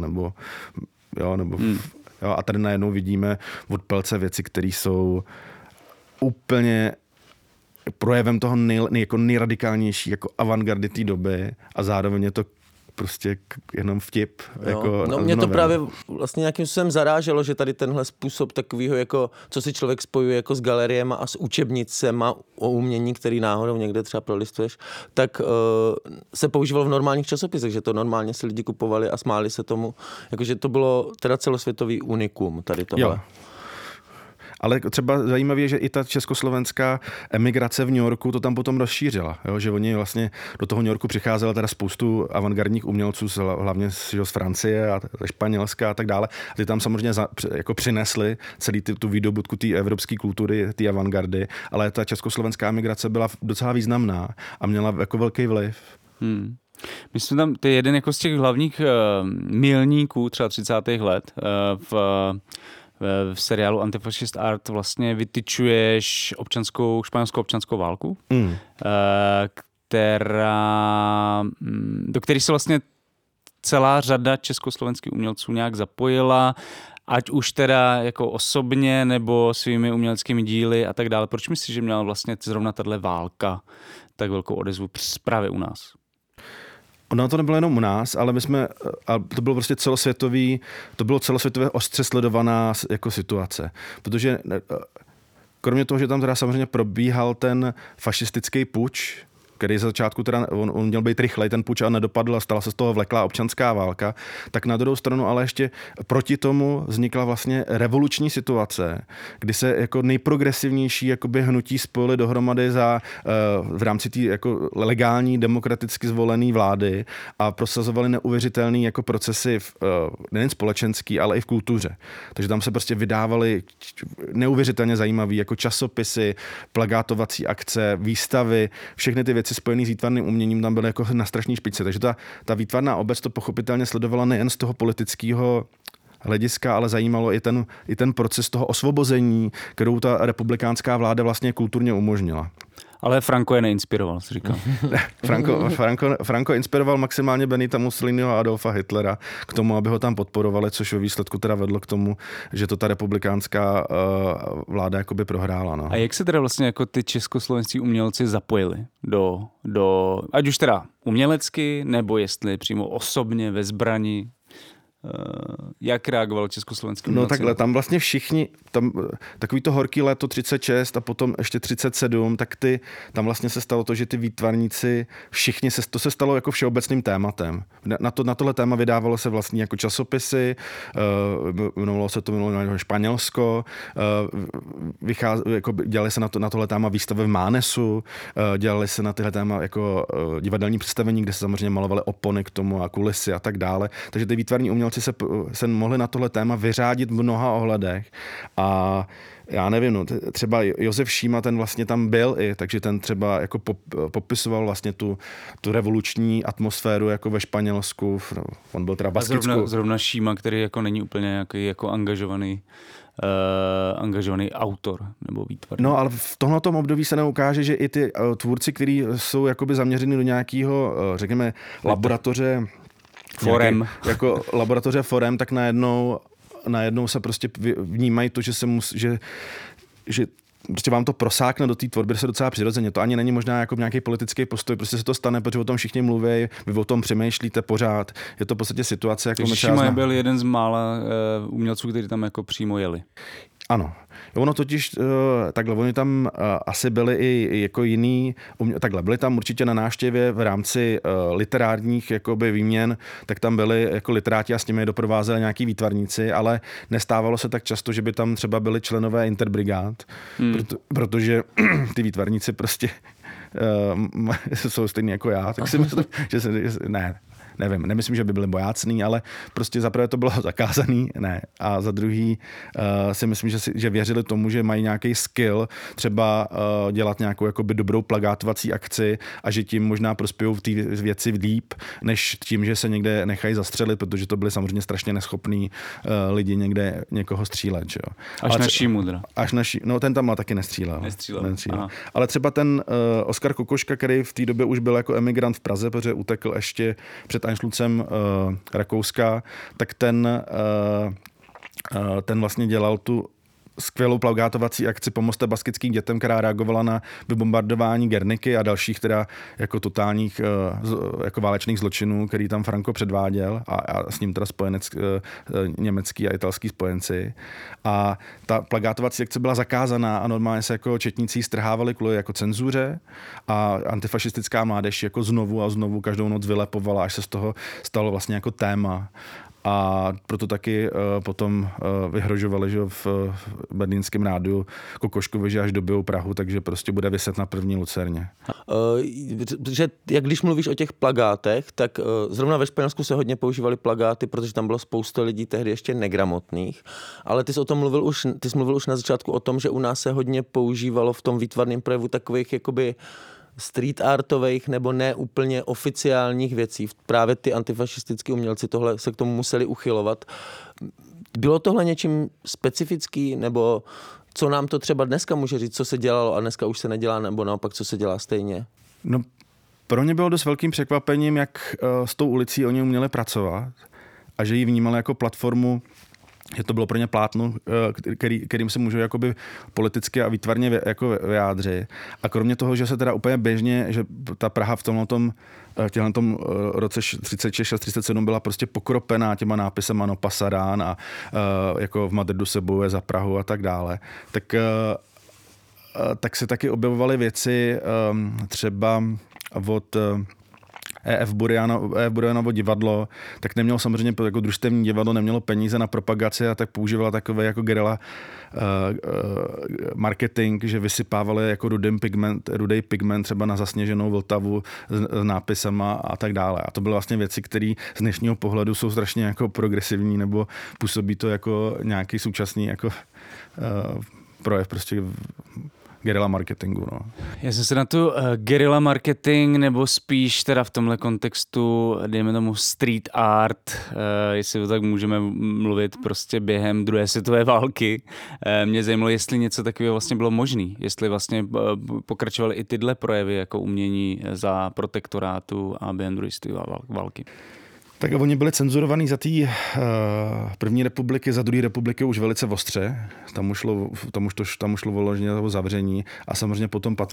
a tady najednou vidíme od Pelce věci, které jsou úplně projevem toho jako nejradikálnější jako avantgardy té doby a zároveň je to prostě jenom vtip. Mě to právě vlastně nějakým způsobem zaráželo, že tady tenhle způsob takovýho, jako, co si člověk spojuje jako s galeriema a s učebnicema o umění, který náhodou někde třeba prolistuješ, tak se používalo v normálních časopisech, že to normálně si lidi kupovali a smáli se tomu, jakože to bylo teda celosvětový unikum tady tohle. Jo. Ale třeba zajímavé je, že i ta československá emigrace v New Yorku to tam potom rozšířila. Jo? Že oni vlastně do toho New Yorku přicházela teda spoustu avantgardních umělců, hlavně z Francie a ze Španělska a tak dále. A ty tam samozřejmě jako přinesli celý tu výdobytku té evropské kultury, té avantgardy, ale ta československá emigrace byla docela významná a měla jako velký vliv. Myslím tam, to je jeden jako z těch hlavních milníků třeba 30. let v seriálu Antifascist Art vlastně vytyčuješ španělskou občanskou válku, do které se vlastně celá řada československých umělců nějak zapojila ať už teda jako osobně nebo svými uměleckými díly a tak dále. Proč myslíš, že měla vlastně zrovna tahle válka tak velkou odezvu právě u nás? Ono to nebylo jenom u nás, ale to bylo prostě celosvětově ostře sledovaná jako situace. Protože kromě toho, že tam teda samozřejmě probíhal ten fašistický puč, který z začátku teda, on měl být rychlej, ten puč a nedopadl a stala se z toho vleklá občanská válka, tak na druhou stranu ale ještě proti tomu vznikla vlastně revoluční situace, kdy se jako nejprogresivnější jakoby hnutí spojily dohromady v rámci té jako legální demokraticky zvolené vlády a prosazovali neuvěřitelný jako procesy nejen společenský, ale i v kultuře. Takže tam se prostě vydávaly neuvěřitelně zajímavé jako časopisy, plagátovací akce, výstavy, všechny ty věci spojený s výtvarným uměním tam byly jako na strašný špičce. Takže ta výtvarná obec to pochopitelně sledovala nejen z toho politického hlediska, ale zajímalo i ten proces toho osvobození, kterou ta republikánská vláda vlastně kulturně umožnila. Ale Franco je neinspiroval, si říkal. Franco inspiroval maximálně Benita Mussoliniho a Adolfa Hitlera k tomu, aby ho tam podporovali, což ve výsledku teda vedlo k tomu, že to ta republikánská vláda jakoby prohrála. No. A jak se teda vlastně jako ty českoslovenští umělci zapojili do ať už teda umělecky, nebo jestli přímo osobně ve zbrani? Jak reagoval československý umělci? No takhle, tam vlastně všichni, takový to horký léto 36 a potom ještě 37, tak tam vlastně se stalo to, že ty výtvarníci, všichni to se stalo jako všeobecným tématem. Na tohle téma vydávalo se vlastně jako časopisy, jmenovalo se to Španělsko, dělali se na tohle téma výstavy v Mánesu, dělali se na tyhle téma jako divadelní představení, kde se samozřejmě malovaly opony k tomu a kulisy a tak dále. Takže ty výtvarní umělci se mohli na tohle téma vyřádit v mnoha ohledech a já nevím, no, třeba Josef Šíma, ten vlastně tam byl i, takže ten třeba jako popisoval vlastně tu revoluční atmosféru jako ve Španělsku, on byl teda v Baskicku. Zrovna Šíma, který jako není úplně nějaký jako angažovaný autor nebo výtvarník. No, ale v tomhletom období se neukáže, že i ty tvůrci, kteří jsou jakoby zaměřeni do nějakého, řekněme, laboratoře forem. Jako laboratoře forem, tak najednou se prostě vnímají to, že prostě vám to prosákne do té tvorby se docela přirozeně. To ani není možná jako nějaký politický postoj, prostě se to stane, protože o tom všichni mluví, vy o tom přemýšlíte pořád. Je to v podstatě situace, jako Šíma byl jeden z mála umělců, kteří tam jako přímo jeli. Ano. Ono totiž, takhle, oni tam asi byli i jako jiný, takhle, byli tam určitě na návštěvě v rámci literárních jakoby výměn, tak tam byli jako literáti a s nimi doprovázeli nějaký výtvarníci, ale nestávalo se tak často, že by tam třeba byli členové interbrigád, protože ty výtvarníci prostě jsou stejný jako já, tak si myslím, že nevím, nemyslím, že by byli bojácný, ale prostě za prvé to bylo zakázaný, ne. A za druhý si myslím, že věřili tomu, že mají nějaký skill, třeba dělat nějakou jakoby dobrou plagátovací akci a že tím možná prospějou v té věci líp, než tím, že se někde nechají zastřelit, protože to byli samozřejmě strašně neschopní lidi někde někoho střílet. Jo. Až na Šímu teda. No ten tam taky nestřílel. Ale třeba ten Oskar Kokoška, který v té době už byl jako emigrant v Praze, protože utekl ještě před Anšlucem Rakouska, tak ten vlastně dělal tu skvělou plagátovací akci Pomozte baskickým dětem, která reagovala na vybombardování Gerniky a dalších teda jako totálních jako válečných zločinů, který tam Franco předváděl a s ním teda spojenec německý a italský spojenci. A ta plagátovací akce byla zakázaná a normálně se jako četníci strhávali kvůli jako cenzuře a antifašistická mládež jako znovu a znovu každou noc vylepovala, až se z toho stalo vlastně jako téma. A proto taky potom vyhrožovali, že v berlínském rádiu Kokoškovi, že až dobijou Prahu, takže prostě bude viset na první lucerně. Že jak když mluvíš o těch plagátech, tak zrovna ve Španělsku se hodně používaly plagáty, protože tam bylo spousta lidí tehdy ještě negramotných, ale ty jsi mluvil už na začátku o tom, že u nás se hodně používalo v tom výtvarném projevu takových jakoby street artových nebo ne úplně oficiálních věcí. Právě ty antifašistický umělci tohle se k tomu museli uchylovat. Bylo tohle něčím specifický, nebo co nám to třeba dneska může říct, co se dělalo a dneska už se nedělá, nebo naopak, co se dělá stejně? No, pro ně bylo dost velkým překvapením, jak s tou ulicí oni uměli pracovat a že ji vnímali jako platformu že to bylo pro ně plátno, kterým se můžou jakoby politicky a výtvarně jako vyjádřit. A kromě toho, že se teda úplně běžně, že ta Praha v tomhletom roce 36 a 37 byla prostě pokropená těma nápisema no Pasarán a jako v Madridu se bojuje za Prahu a tak dále, tak se taky objevovaly věci třeba od E.F. Burianovo divadlo, tak nemělo samozřejmě jako družstevní divadlo, nemělo peníze na propagaci a tak používala takové jako guerilla marketing, že vysypávali jako rudý pigment třeba na zasněženou Vltavu s nápisama a tak dále. A to byly vlastně věci, které z dnešního pohledu jsou strašně jako progresivní nebo působí to jako nějaký současný jako projev prostě guerilla marketingu. No. Já jsem se na tu guerilla marketing, nebo spíš teda v tomhle kontextu, dejme tomu street art, jestli to tak můžeme mluvit prostě během druhé světové války. Mě zajímalo, jestli něco takového vlastně bylo možné, jestli vlastně pokračovaly i tyhle projevy jako umění za protektorátu a během druhé světové války. Tak oni byli cenzurovaní za té první republiky, za druhé republiky už velice ostře. Tam už šlo vyloženě o zavření a samozřejmě po tom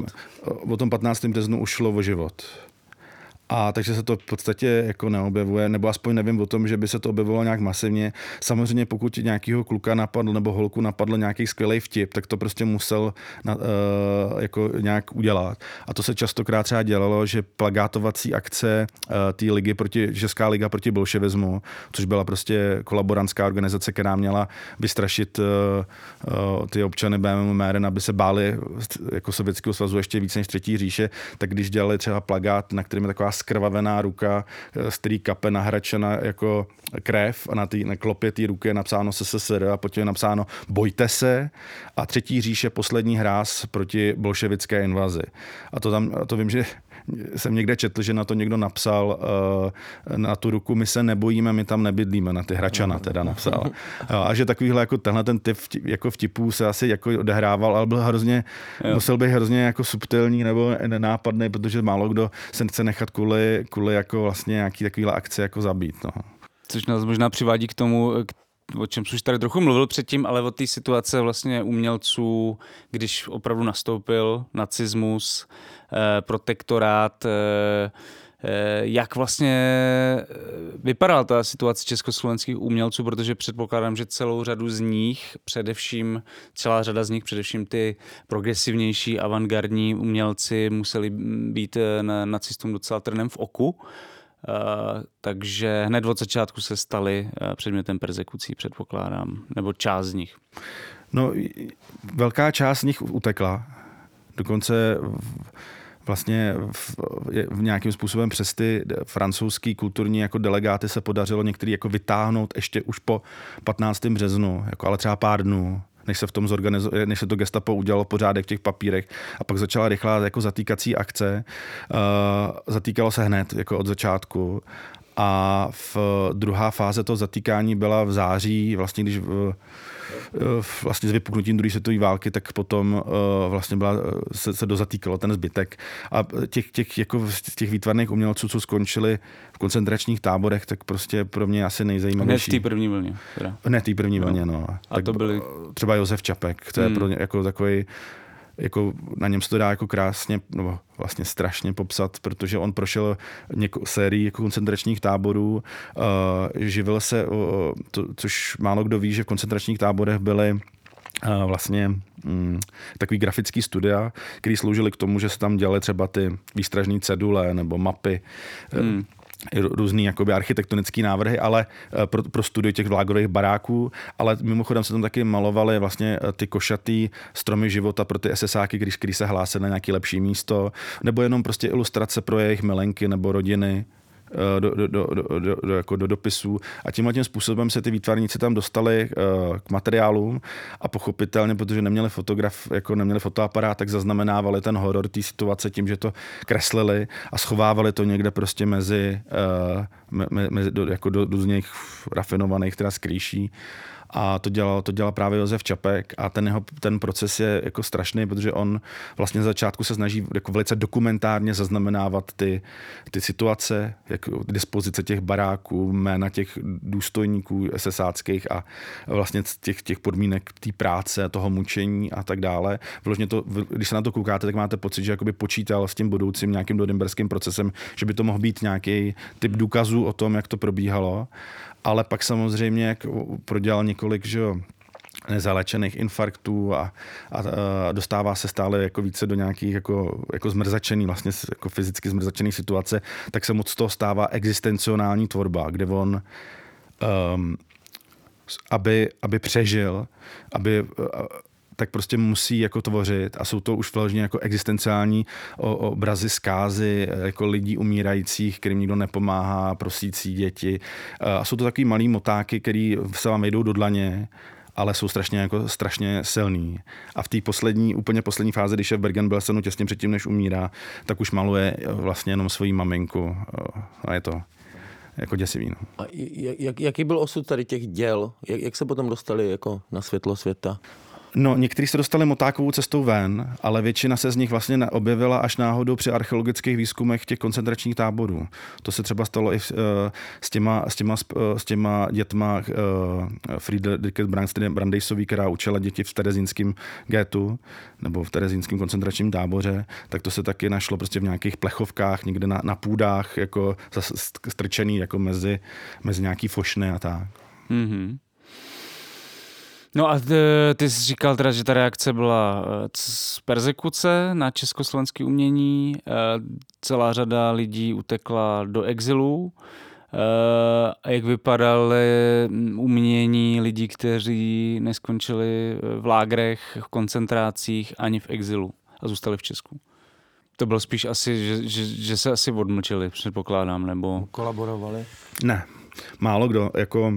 15. březnu už šlo o život. A takže se to v podstatě jako neobjevuje, nebo aspoň nevím o tom, že by se to objevilo nějak masivně. Samozřejmě pokud nějakýho kluka napadl nebo holku napadl nějaký skvělý vtip, tak to prostě musel jako nějak udělat. A to se častokrát třeba dělalo, že plagátovací akce té ligy Česká liga proti bolševismu, což byla prostě kolaborantská organizace, která měla vystrašit ty občany BMMR, aby se báli jako Sovětského svazu ještě víc než Třetí říše, tak když dělali třeba plagát, na kterém je taková skrvavená ruka, z který kape nahračena jako krev a na klopě té ruky je napsáno SSSR a potom je napsáno bojte se a Třetí říše poslední hráz proti bolševické invazi. A to vím, že jsem někde četl, že na to někdo napsal na tu ruku my se nebojíme, my tam nebydlíme, na ty Hračana teda napsal. A že takovýhle jako tenhle ten typ jako vtipů se asi jako odehrával, ale byl hrozně, musel být hrozně jako subtilní nebo nenápadný, protože málo kdo se chce nechat kvůli jako vlastně nějaký takovýhle akce jako zabít. No. Což nás možná přivádí k tomu, o čem jsi už tady trochu mluvil předtím, ale od té situace vlastně umělců, když opravdu nastoupil nacismus, protektorát, jak vlastně vypadala ta situace československých umělců, protože předpokládám, že celá řada z nich, především ty progresivnější avantgardní umělci museli být nacistům docela trnem v oku. Takže hned od začátku se stali předmětem perzekucí, předpokládám, nebo část z nich. No, velká část z nich utekla. Dokonce vlastně v nějakým způsobem přes ty francouzský kulturní jako delegáty se podařilo některý jako vytáhnout ještě už po 15. březnu, jako ale třeba pár dnů, než se to gestapo udělalo pořádek v těch papírech a pak začala rychlá jako zatýkací akce. Zatýkalo se hned jako od začátku a druhá fáze toho zatýkání byla v září, vlastně když vlastně s vypuknutím druhé světové války, tak potom vlastně se dozatýkalo ten zbytek. A těch výtvarných umělců, co skončili v koncentračních táborech, tak prostě pro mě asi nejzajímavější. Hned v té první vlně. Hned v té první vlně, no. A tak to byly třeba Josef Čapek, to je pro ně jako takový, jako na něm se to dá jako krásně, nebo vlastně strašně popsat, protože on prošel sérii jako koncentračních táborů, živil se, což málo kdo ví, že v koncentračních táborech byly vlastně takový grafický studia, který sloužily k tomu, že se tam dělaly třeba ty výstražní cedule nebo mapy, různý jakoby architektonický návrhy, ale pro studiu těch vlágorových baráků, ale mimochodem se tam taky malovaly vlastně ty košatý stromy života pro ty SSáky, když se hlásili na nějaké lepší místo, nebo jenom prostě ilustrace pro jejich milenky nebo rodiny do dopisů. A tímhle způsobem se ty výtvarníci tam dostali k materiálům a pochopitelně, protože neměli fotoaparát, tak zaznamenávali ten horor té situace tím, že to kreslili a schovávali to někde prostě mezi do různých rafinovaných teda skrýší. A to dělal právě Josef Čapek a ten proces je jako strašný, protože on vlastně na začátku se snaží jako velice dokumentárně zaznamenávat ty situace, jako dispozice těch baráků, jména těch důstojníků SSáckých a vlastně těch podmínek té práce, toho mučení a tak dále. Vložně to, když se na to koukáte, tak máte pocit, že jakoby počítal s tím budoucím nějakým norimberským procesem, že by to mohl být nějaký typ důkazů o tom, jak to probíhalo, ale pak samozřejmě jak prodělal několik, že nezalečených infarktů a dostává se stále jako více do nějakých jako zmrzačený, vlastně jako fyzicky zmrzačený situace, tak se moc z toho stává existencionální tvorba, kde on aby přežil, tak prostě musí jako tvořit a jsou to už vložně jako existenciální obrazy zkázy, jako lidí umírajících, kterým nikdo nepomáhá, prosící děti. A jsou to takový malý motáky, který se vám vejdou do dlaně, ale jsou strašně silný. A v té úplně poslední fázi, když je v Bergen-Belsenu těsně předtím, než umírá, tak už maluje vlastně jenom svoji maminku. A je to jako děsivý. No. A jaký byl osud tady těch děl? Jak se potom dostali jako na světlo světa? No, někteří se dostali motákovou cestou ven, ale většina se z nich vlastně objevila až náhodou při archeologických výzkumech těch koncentračních táborů. To se třeba stalo i s těma dětma Friedrich Brandeisový, která učila děti v terezínském ghettu nebo v terezínském koncentračním táboře, tak to se taky našlo prostě v nějakých plechovkách, někde na půdách, jako strčený jako mezi nějaký fošny a tak. Mm-hmm. No a ty jsi říkal teda, že ta reakce byla z perzekuce na československé umění. Celá řada lidí utekla do exilu. A jak vypadaly umění lidí, kteří neskončili v lágrech, v koncentrácích ani v exilu a zůstali v Česku? To bylo spíš asi, že se asi odmlčeli, předpokládám, nebo... Kolaborovali? Ne. Málo kdo, jako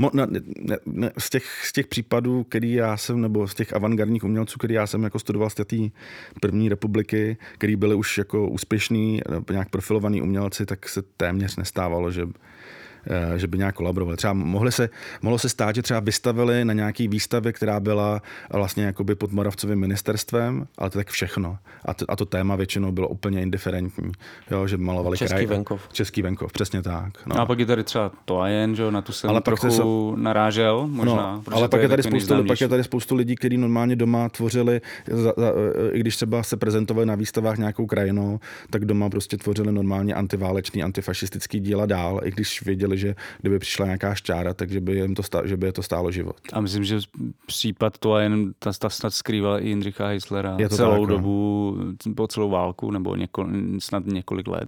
z těch případů, který já jsem, nebo z těch avantgardních umělců, který já jsem jako studoval z té první republiky, který byli už jako úspěšní, nějak profilovaní umělci, tak se téměř nestávalo, že by nějak kolaborovali. Třeba mohlo se stát, že třeba vystavili na nějaký výstavě, která byla vlastně jakoby pod Moravcovým ministerstvem, ale to tak všechno. A to téma většinou bylo úplně indiferentní. Jo, že malovali Český venkov, přesně tak. No. A pak je tady třeba Toajen, že na tu jsem trochu narážel, možná. No, ale pak je tady spoustu lidí, kteří normálně doma tvořili, i když třeba se prezentovali na výstavách nějakou krajinou, tak doma prostě tvořili normálně antiválečný, antifašistický díla dál, i když věděli, že kdyby přišla nějaká šťára, takže by je to stálo život. A myslím, že případ Toajen ta snad skrývala i Jindřicha Heislera celou dobu, po celou válku, nebo snad několik let.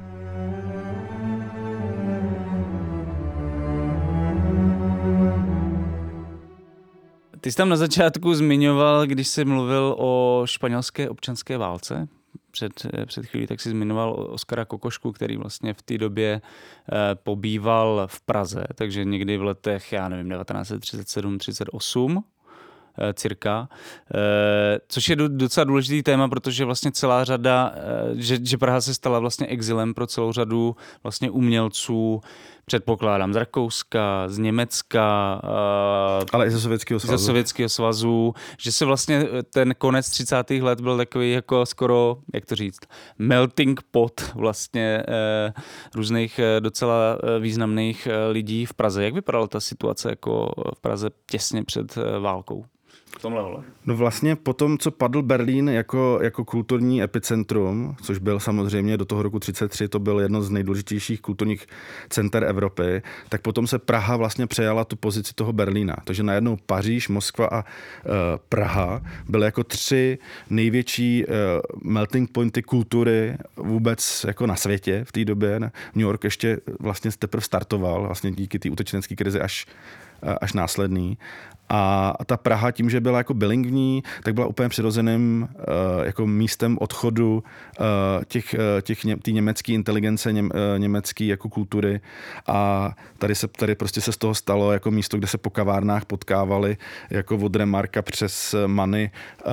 Ty jsi tam na začátku zmiňoval, když jsi mluvil o španělské občanské válce, před chvílí, tak si zmiňoval Oskara Kokošku, který vlastně v té době pobýval v Praze, takže někdy v letech, 1937-38, cirka, což je docela důležitý téma, protože vlastně celá řada, že Praha se stala vlastně exilem pro celou řadu vlastně umělců, předpokládám, z Rakouska, z Německa, ale i ze Sovětského svazu, že se vlastně ten konec 30. let byl takový jako skoro, jak to říct, melting pot vlastně různých docela významných lidí v Praze. Jak vypadala ta situace jako v Praze těsně před válkou? V tomhle hole. No vlastně po tom, co padl Berlín jako kulturní epicentrum, což byl samozřejmě do toho roku 1933, to byl jedno z nejdůležitějších kulturních center Evropy, tak potom se Praha vlastně přejala tu pozici toho Berlína. Takže najednou Paříž, Moskva a Praha byly jako 3 největší melting pointy kultury vůbec jako na světě v té době. New York ještě vlastně teprve startoval vlastně díky té utečenecké krizi až následný. A ta Praha tím, že byla jako bilingvní, tak byla úplně přirozeným jako místem odchodu té německé inteligence, německé jako kultury. A tady prostě se z toho stalo jako místo, kde se po kavárnách potkávali jako od Remarka přes Many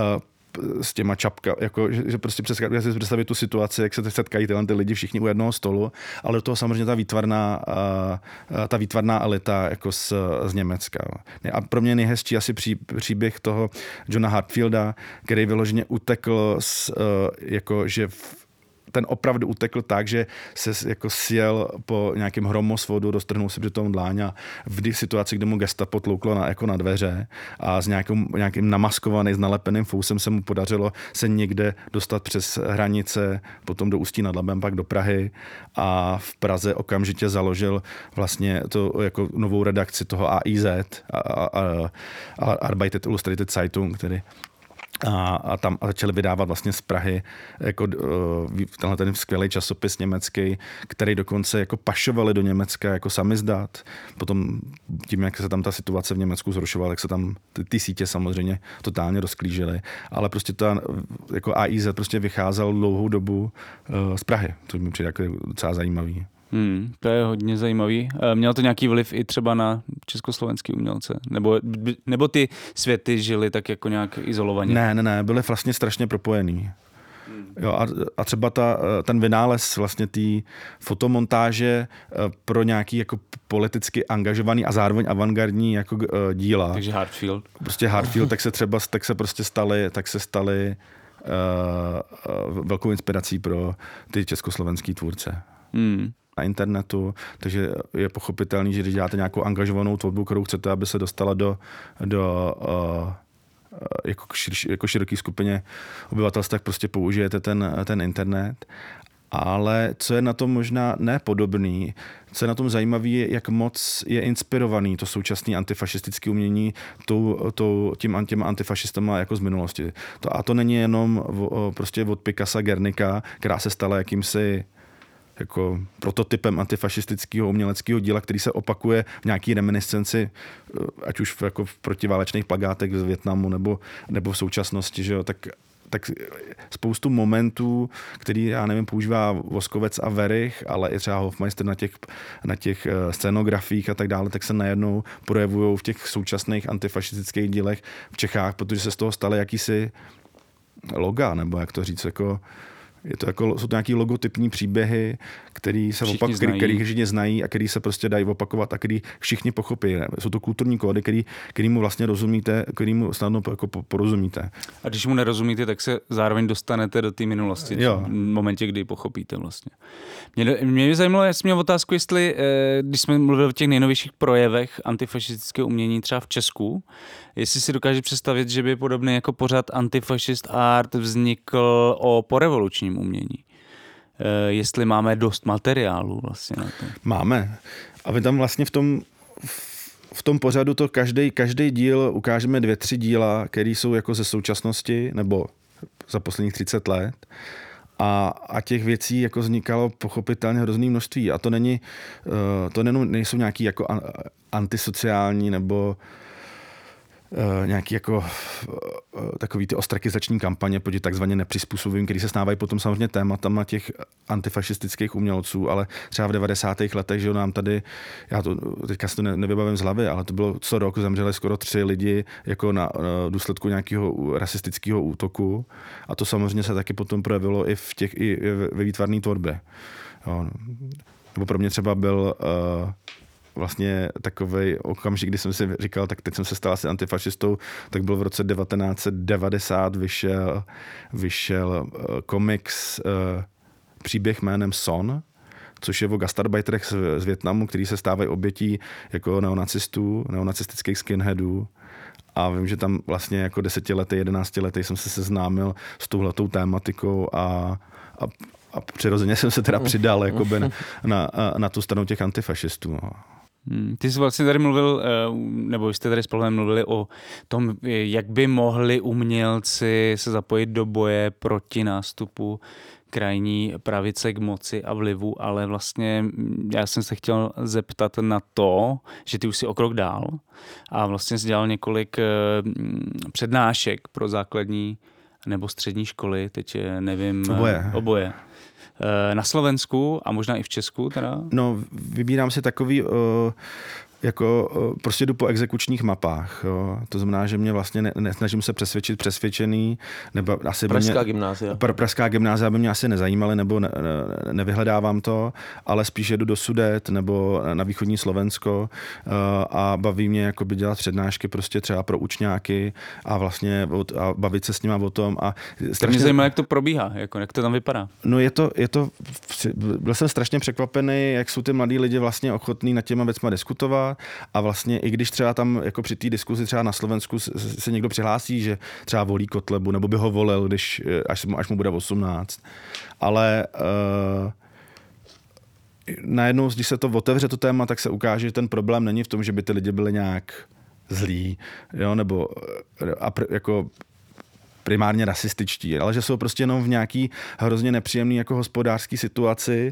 s těma čapka, jako, že prostě představit tu situaci, jak se setkají ty lidi všichni u jednoho stolu, ale do toho samozřejmě ta výtvarná elita jako z Německa. A pro mě nejhezčí asi příběh toho Johna Hartfielda, který vyloženě utekl jako, že ten opravdu utekl tak, že se jako sjel po nějakém hromosvodu, dostrhnul si při tom dláň a v situaci, kdy mu gestapo tlouklo na dveře a s nějakým namaskovaným, nalepeným fousem se mu podařilo se někde dostat přes hranice, potom do Ústí nad Labem, pak do Prahy a v Praze okamžitě založil vlastně to jako novou redakci toho AIZ, Arbeitet Illustrated Zeitung, který a tam začali vydávat vlastně z Prahy jako tenhle ten skvělý časopis německý, který dokonce jako pašovali do Německa jako samizdat. Potom tím, jak se tam ta situace v Německu zhoršovala, tak se tam ty sítě samozřejmě totálně rozklížily. Ale prostě ta jako AIZ prostě vycházel dlouhou dobu z Prahy. To mi přijde jako docela zajímavý. To je hodně zajímavý. Měl to nějaký vliv i třeba na československý umělce? Nebo ty světy žili tak jako nějak izolovaně? Ne, byly vlastně strašně propojený. Jo, a třeba ten vynález vlastně té fotomontáže pro nějaký jako politicky angažovaný a zároveň avantgardní jako díla. Takže Hartfield. Prostě Hartfield, tak se stali velkou inspirací pro ty československý tvůrce. Na internetu, takže je pochopitelný, že když děláte nějakou angažovanou tvorbu, kterou chcete, aby se dostala do jako široký skupině obyvatelstva, tak prostě použijete ten internet. Ale co je na tom možná nepodobný, co je na tom zajímavé, je, jak moc je inspirovaný to současné antifašistické umění těma antifašistama jako z minulosti. To není jenom prostě od Picassa Guernica, která se stala jakýmsi jako prototypem antifašistického uměleckého díla, který se opakuje v nějaký reminiscenci, ať už jako v protiválečných plakátech z Vietnamu nebo v současnosti, že jo, tak spoustu momentů, který, já nevím, používá Voskovec a Werich, ale i třeba Hofmeister na těch scenografiích a tak dále, tak se najednou projevují v těch současných antifašistických dílech v Čechách, protože se z toho staly jakýsi loga, nebo jak to říct, jako jsou to nějaký logotypní příběhy, který všichni znají a který se prostě dají opakovat a který všichni pochopí. Jsou to kulturní kódy, kterýmu vlastně rozumíte, kterýmu snadno jako porozumíte. A když mu nerozumíte, tak se zároveň dostanete do té minulosti v momentě, kdy pochopíte vlastně. Mě by zajímalo, já jsem měl otázku, jestli, když jsme mluvili o těch nejnovějších projevech antifašistického umění třeba v Česku, jestli si dokáže představit, že by podobný jako pořad Antifašist Art vznikl o porevolučním umění. Jestli máme dost materiálu vlastně na to. Máme. A my tam vlastně v tom pořadu to každý díl ukážeme 2-3 díla, které jsou jako ze současnosti nebo za posledních 30 let. A těch věcí jako vznikalo pochopitelně hrozný množství. A to nejsou nějaký jako antisociální nebo nějaký jako takový ty ostrakizační kampaně proti takzvaně nepřizpůsobivým, který se stávají potom samozřejmě tématama těch antifašistických umělců, ale třeba v 90. letech, že nám tady, teďka si to nevybavím z hlavy, ale to bylo co rok, zemřeli skoro 3 lidi jako na důsledku nějakého rasistického útoku a to samozřejmě se taky potom projevilo i ve výtvarné tvorbě. Jo. Nebo pro mě třeba byl vlastně takovej okamžik, kdy jsem si říkal, tak teď jsem se stal asi antifašistou, tak byl v roce 1990 vyšel komiks Příběh jménem Son, což je o gastarbeiterech z Vietnamu, který se stávají obětí jako neonacistických skinheadů. A vím, že tam vlastně jako 10letý, 11letý jsem se seznámil s touhletou tématikou a přirozeně jsem se teda přidal jakoby na tu stranu těch antifašistů. No. Ty jsi vlastně tady mluvil, nebo jste tady spolu mluvili o tom, jak by mohli umělci se zapojit do boje proti nástupu krajní pravice k moci a vlivu, ale vlastně já jsem se chtěl zeptat na to, že ty už jsi o krok dál a vlastně jsi dělal několik přednášek pro základní nebo střední školy, teď nevím. Oboje. Na Slovensku a možná i v Česku teda? No, vybírám si takový jako prostě jdu po exekučních mapách. Jo. To znamená, že mě vlastně nesnažím se přesvědčit přesvědčený, nebo asi Pražská gymnázia by mě asi nezajímaly, nebo nevyhledávám to, ale spíš jedu do Sudet nebo na východní Slovensko a baví mě jakoby dělat přednášky prostě třeba pro učňáky a vlastně a bavit se s nima o tom. A mě zajímá, jak to probíhá, jako, jak to tam vypadá. No je to, byl jsem strašně překvapený, jak jsou ty mladí lidi vlastně ochotní nad těma věcma diskutovat a vlastně i když třeba tam jako při té diskuzi třeba na Slovensku se někdo přihlásí, že třeba volí Kotlebu, nebo by ho volil, až mu bude 18. Ale najednou, když se to otevře to téma, tak se ukáže, že ten problém není v tom, že by ty lidi byli nějak zlí, jo, nebo jako primárně rasističtí, ale že jsou prostě jenom v nějaký hrozně nepříjemný jako hospodářský situaci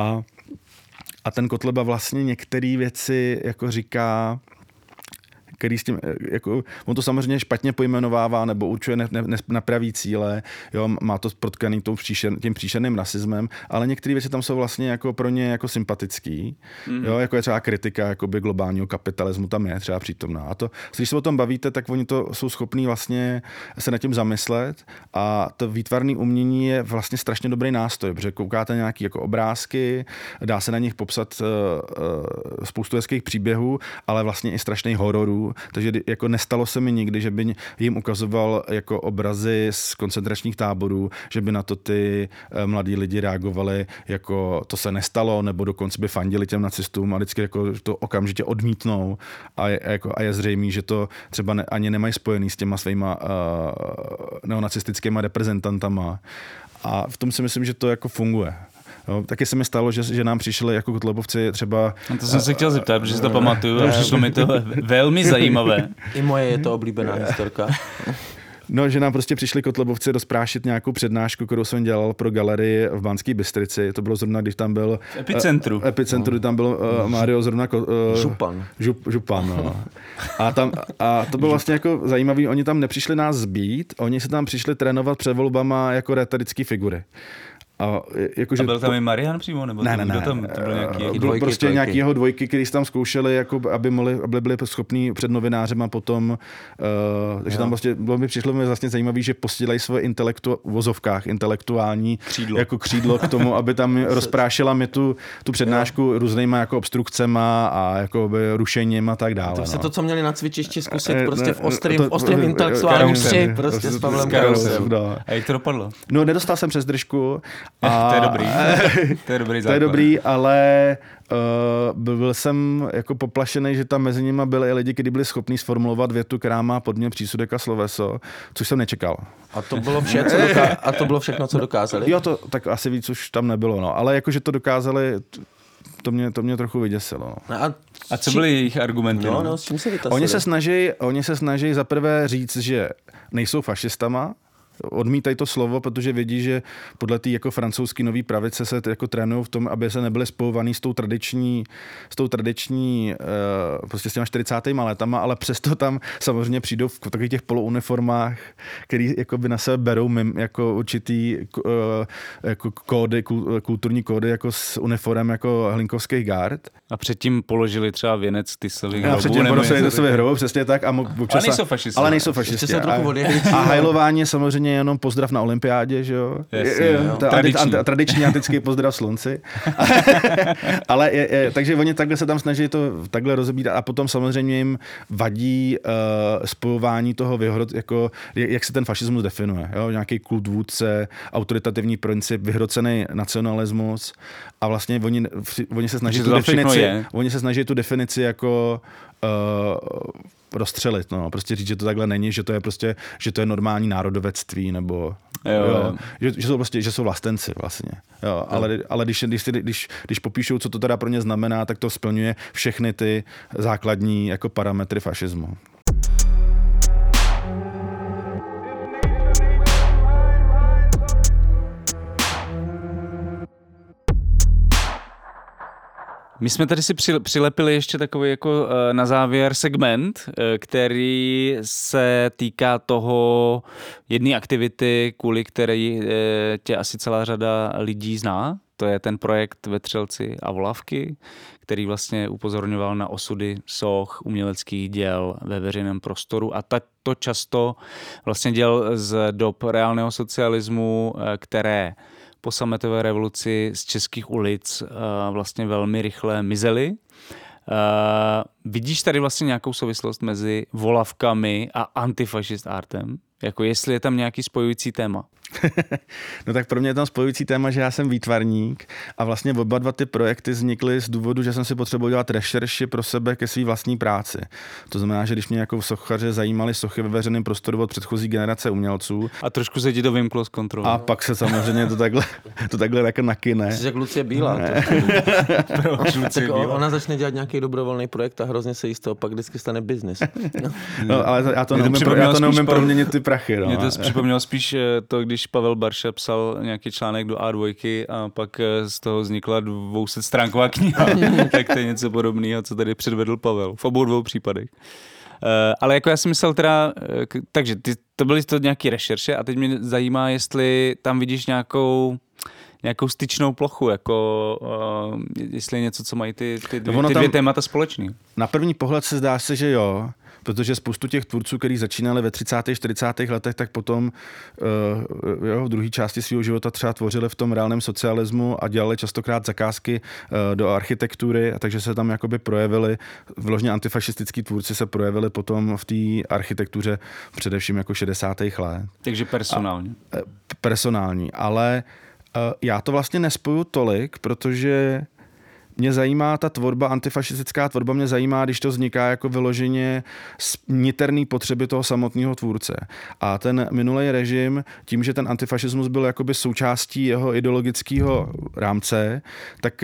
a ten Kotleba vlastně některé věci jako říká, který s tím, jako, on to samozřejmě špatně pojmenovává nebo určuje nepraví cíle, jo, má to protkaný tím příšerným rasismem, ale některé věci tam jsou vlastně jako pro ně jako sympatický, jo, jako je třeba kritika jakoby globálního kapitalismu, tam je třeba přítomná. A to, když se o tom bavíte, tak oni to jsou schopní vlastně se nad tím zamyslet a to výtvarné umění je vlastně strašně dobrý nástroj, protože koukáte nějaký jako obrázky, dá se na nich popsat spoustu hezkých příběhů, ale vlastně i strašných hororů. Takže jako nestalo se mi nikdy, že by jim ukazoval jako obrazy z koncentračních táborů, že by na to ty mladí lidi reagovali jako to se nestalo, nebo dokonce by fandili těm nacistům a vždycky jako to okamžitě odmítnou a je zřejmý, že to třeba ani nemají spojený s těma svýma neonacistickýma reprezentantama. A v tom si myslím, že to jako funguje. Jo, taky se mi stalo, že nám přišli jako kotlebovci třeba... No to jsem se chtěl zeptat, protože si to pamatuju a přišlo mi to velmi zajímavé. I moje je to oblíbená historka. No, že nám prostě přišli kotlebovci rozprášit nějakou přednášku, kterou jsem dělal pro galerii v Banské Bystrici. To bylo zrovna, když tam byl... Epicentru, kdy tam byl Mário zrovna... Župan, no. A to bylo vlastně jako zajímavý, oni tam nepřišli nás zbít, oni se tam přišli trénovat před volbama jako rétorické figury. A byl tam i Marian přímo? Nebo ne. Tam, to byl nějaký prostě nějaký jeho dvojky, který tam zkoušeli, jako, aby byli schopní před novinářem a potom, takže tam vlastně přišlo mi vlastně zajímavý, že posílají svoje intelektuální křídlo k tomu, aby tam rozprášila mi tu přednášku různýma jako obstrukcema a jako rušením a tak dále. To se to, co měli na cvičišti zkusit prostě v ostrém intelektuálním hři, prostě s Pavlem Karusem. A jak to dopadlo? No, nedostal jsem přes držku. To je dobrý. To je dobrý základ. To je dobrý, ale byl jsem jako poplašený, že tam mezi nimi byli i lidi, kteří byli schopní sformulovat větu, která má pod mě přísudek a sloveso, což jsem nečekal. A to bylo všechno, co dokázali? Jo, tak asi víc už tam nebylo, no. Ale jakože to dokázali, to mě trochu vyděsilo. No. A co byly jejich argumenty? No, s čím se vytasili? Oni se snaží za prvé říct, že nejsou fašistama, odmítají to slovo, protože vědí, že podle té jako francouzský nový pravice se jako trénují v tom, aby se nebyli spojovaný s tou tradiční prostě s těma 40. letama, ale přesto tam samozřejmě přijdou v takových těch polouniformách, který jako by na sebe berou jako určitý jako kódy, kulturní kódy jako s uniformem jako hlinkovských gard. A předtím položili třeba věnec Tysových hrobů. A předtím položili Tysových hrobů, přesně tak. Ale nejsou fašisti. A hajlování samozřejmě jenom pozdrav na olympiádě, že jo? Tradiční antický pozdrav slunci. Ale takže oni takhle se tam snaží to takhle rozebírat a potom samozřejmě jim vadí spojování toho jako jak se ten fašismus definuje. Jo? Nějaký kult vůdce, autoritativní princip, vyhrocený nacionalismus a vlastně oni se snaží tu definici jako rozstřelit, no, prostě říct, že to takhle není, že to je prostě, že to je normální národovectví, nebo jo. Že jsou prostě, že jsou vlastenci vlastně, jo. Ale když popíšou, co to teda pro ně znamená, tak to splňuje všechny ty základní jako parametry fašismu. My jsme tady si přilepili ještě takový jako na závěr segment, který se týká jedné aktivity, kvůli které tě asi celá řada lidí zná. to je ten projekt Vetřelci a volavky, který vlastně upozorňoval na osudy soch, uměleckých děl ve veřejném prostoru a to často vlastně děl z dob reálného socialismu, které po sametové revoluci z českých ulic vlastně velmi rychle mizely. Vidíš tady vlastně nějakou souvislost mezi volavkami a antifašist artem? Jako jestli je tam nějaký spojující téma? No tak pro mě je tam spojující téma, že já jsem výtvarník a vlastně oba dva ty projekty vznikly z důvodu, že jsem si potřeboval dělat rešerši pro sebe ke své vlastní práci. To znamená, že když mě jako sochaře zajímaly sochy ve veřejném prostoru od předchozí generace umělců. A trošku se ti to vymklo z kontroly. A pak se samozřejmě to takhle jako nakyne. Jsi jak Lucie Bílá. Tak ona začne dělat nějaký dobrovolný projekt a hrozně se jí z toho pak vždycky stane biznis. No, ale já to neumím proměnit ty prachy. No. Mě to připomnělo spíš to, když Pavel Barša psal nějaký článek do A2 a pak z toho vznikla 200stránková kniha. Tak to je něco podobného, co tady předvedl Pavel v obou dvou případech. Ale jako já si myslel teda, takže to byly to nějaké rešerše a teď mě zajímá, jestli tam vidíš nějakou styčnou plochu, jako jestli je něco, co mají ty dvě témata společný. Na první pohled se zdá se, že jo, protože spoustu těch tvůrců, kteří začínali ve 30. 40. letech, tak potom v druhé části svého života třeba tvořili v tom reálném socialismu a dělali častokrát zakázky do architektury, takže se tam jakoby projevili, vložně antifašistický tvůrci se projevili potom v té architektuře především jako 60. let. Takže personálně. Personální, ale já to vlastně nespoju tolik, protože mě zajímá ta tvorba, antifašistická tvorba mě zajímá, když to vzniká jako vyloženě z niterný potřeby toho samotného tvůrce. A ten minulý režim, tím, že ten antifašismus byl jakoby součástí jeho ideologického rámce, tak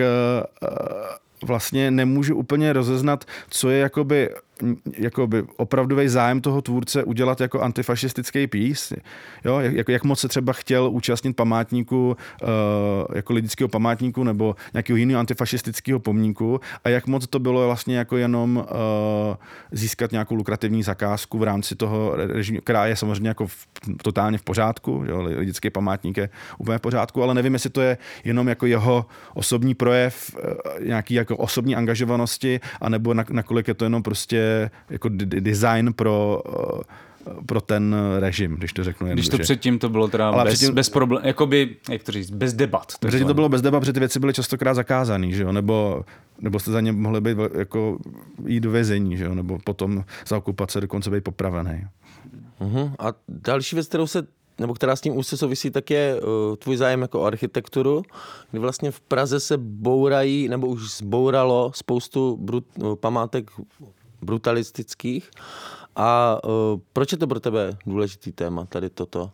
vlastně nemůžu úplně rozeznat, co je jakoby opravdový zájem toho tvůrce udělat jako antifašistický pís. Jo? Jak moc se třeba chtěl účastnit památníku, jako lidického památníku nebo nějakého jiného antifašistického pomníku a jak moc to bylo vlastně jako jenom získat nějakou lukrativní zakázku v rámci toho režimu, která je samozřejmě jako totálně v pořádku, jo? Lidický památník je úplně v pořádku, ale nevím, jestli to je jenom jako jeho osobní projev, nějaký jako osobní angažovanosti, anebo nakolik je to jenom prostě jako design pro ten režim, když to řeknu jednoduše. Když to předtím to bylo teda bez problém, jakoby, jak to říct, bez debat. Předtím to bylo bez debat, protože ty věci byly častokrát zakázané, že jo, nebo jste za ně mohli být jako jít do vězení, že jo, nebo potom za okupace dokonce být popravený. A další věc, která s tím úzce souvisí, tak je tvůj zájem jako architekturu, kdy vlastně v Praze se bourají, nebo už zbouralo spoustu památek brutalistických. A proč je to pro tebe důležitý téma, tady toto?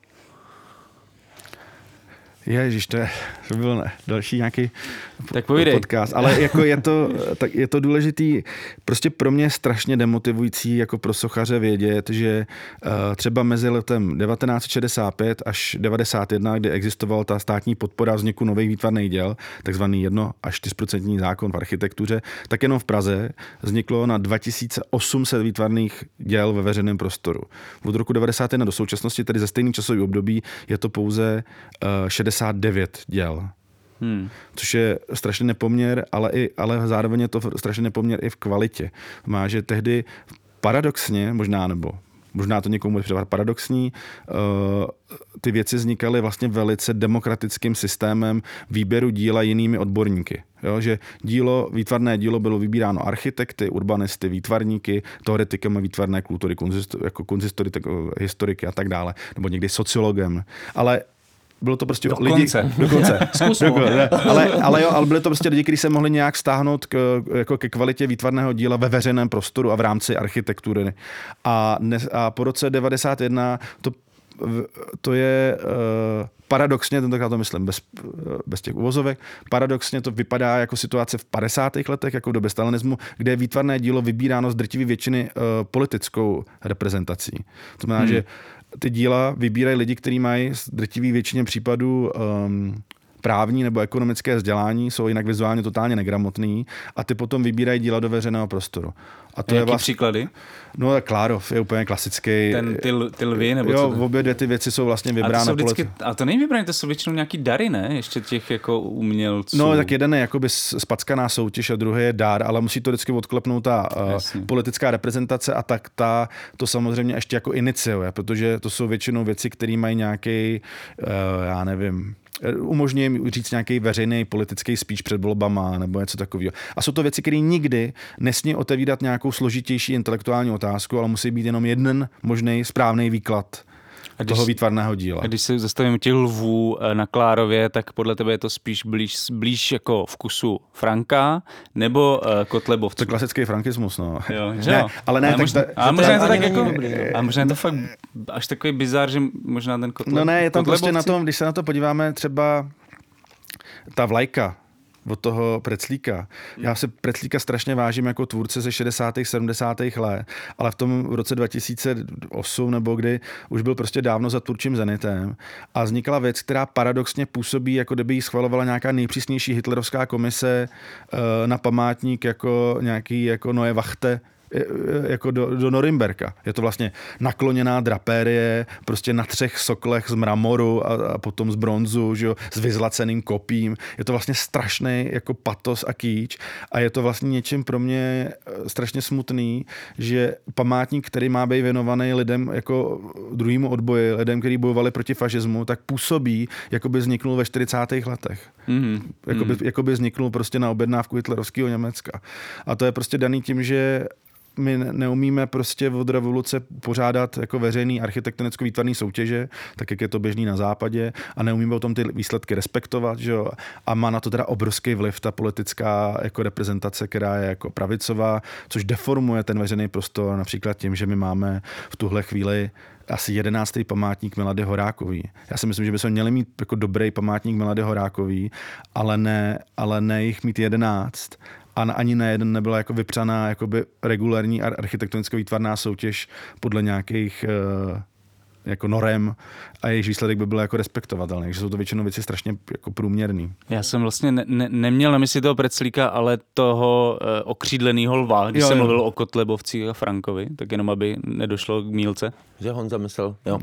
Ježiš, to byl další nějaký podcast, ale jako je to důležitý, prostě pro mě strašně demotivující jako pro sochaře vědět, že třeba mezi letem 1965 až 1991, kdy existovala ta státní podpora vzniku nových výtvarných děl, takzvaný 1 až 4% zákon v architektuře, tak jenom v Praze vzniklo na 2800 výtvarných děl ve veřejném prostoru. Od roku 1991 do současnosti, tedy ze stejný časový období, je to pouze 69 děl. Což je strašný nepoměr, ale zároveň je to strašný nepoměr i v kvalitě. Má, že tehdy paradoxně, možná to někomu bude připadat paradoxní, ty věci vznikaly vlastně velice demokratickým systémem výběru díla jinými odborníky. Jo, že výtvarné dílo bylo vybíráno architekty, urbanisty, výtvarníky, teoretikama výtvarné kultury, jako historiky a tak dále, nebo někdy sociologem. Ale bylo to prostě dokonce. Ale byly to prostě lidi, kteří se mohli nějak stáhnout ke kvalitě výtvarného díla ve veřejném prostoru a v rámci architektury. A po roce 1991 to je paradoxně, tentokrát to myslím bez těch uvozovek, paradoxně to vypadá jako situace v 50. letech, jako v době stalinismu, kde je výtvarné dílo vybíráno z drtivé většiny politickou reprezentací. To znamená, že ty díla vybírají lidi, kteří mají z drtivé většině případů právní nebo ekonomické vzdělání, jsou jinak vizuálně totálně negramotný a ty potom vybírají díla do veřejného prostoru. A to jaký je vlastně příklady? No Klárov je úplně klasický. Ty lvy nebo jo, co? obě dvě ty věci jsou vlastně vybrány. A to není vybrané, to jsou většinou nějaký dary, ne? Ještě těch jako umělců. No tak jeden je jakoby spackaná soutěž a druhý je dár, ale musí to vždycky odklepnout ta politická reprezentace a tak to samozřejmě ještě jako iniciuje, protože to jsou většinou věci, které mají nějaký, já nevím, umožňuje jim říct nějaký veřejný politický speech před volbama nebo něco takového. A jsou to věci, které nikdy nesmí otevírat nějakou složitější intelektuální otázku, ale musí být jenom jeden možný správný výklad toho výtvarného díla. A když se zastavím těch lvů na Klárově, tak podle tebe je to spíš blíž jako vkusu Franka nebo Kotlebovců? To je klasický frankismus, no. Jo, že ne, jo. ale ne, možná je to tak jako, a možná je to fakt až takový bizár, že možná ten Kotlebovci. No ne, je tam prostě na tom, když se na to podíváme, třeba ta vlajka od toho Preclíka. Já se Preclíka strašně vážím jako tvůrce ze 60. 70. let, ale v tom roce 2008 nebo kdy už byl prostě dávno za tvůrčím zenitem a vznikla věc, která paradoxně působí, jako kdyby ji schvalovala nějaká nejpřísnější hitlerovská komise na památník jako nějaký jako Neue Wachte jako do Norimberka. Je to vlastně nakloněná drapérie, prostě na 3 soklech z mramoru a potom z bronzu, že jo, s vyzlaceným kopím. Je to vlastně strašný jako patos a kýč a je to vlastně něčím pro mě strašně smutný, že památník, který má být věnovaný lidem jako druhému odboji, lidem, kteří bojovali proti fašismu, tak působí, jako by vzniknul ve 40. letech. Jako by vzniknul prostě na objednávku hitlerovského Německa. A to je prostě daný tím, že my neumíme prostě od revoluce pořádat jako veřejný architektonicko-výtvarný soutěže, tak jak je to běžný na západě a neumíme o tom ty výsledky respektovat, že jo? A má na to teda obrovský vliv ta politická jako reprezentace, která je jako pravicová, což deformuje ten veřejný prostor, například tím, že my máme v tuhle chvíli asi 11. památník Milady Horákový. Já si myslím, že bychom měli mít jako dobrý památník Milady Horákový, ale ne jich mít 11. A ani na jeden nebyla jako vypřaná jakoby regulární architektonicko-výtvarná soutěž podle nějakých jako norem a jejich výsledek by byl jako respektovatelný. Takže jsou to většinou věci strašně jako průměrný. Já jsem vlastně neměl na mysli toho Preclíka, ale toho okřídlenýho lva, když jsem mluvil o Kotlebovcích a Frankovi, tak jenom aby nedošlo k mýlce. Že Honza myslel, jo.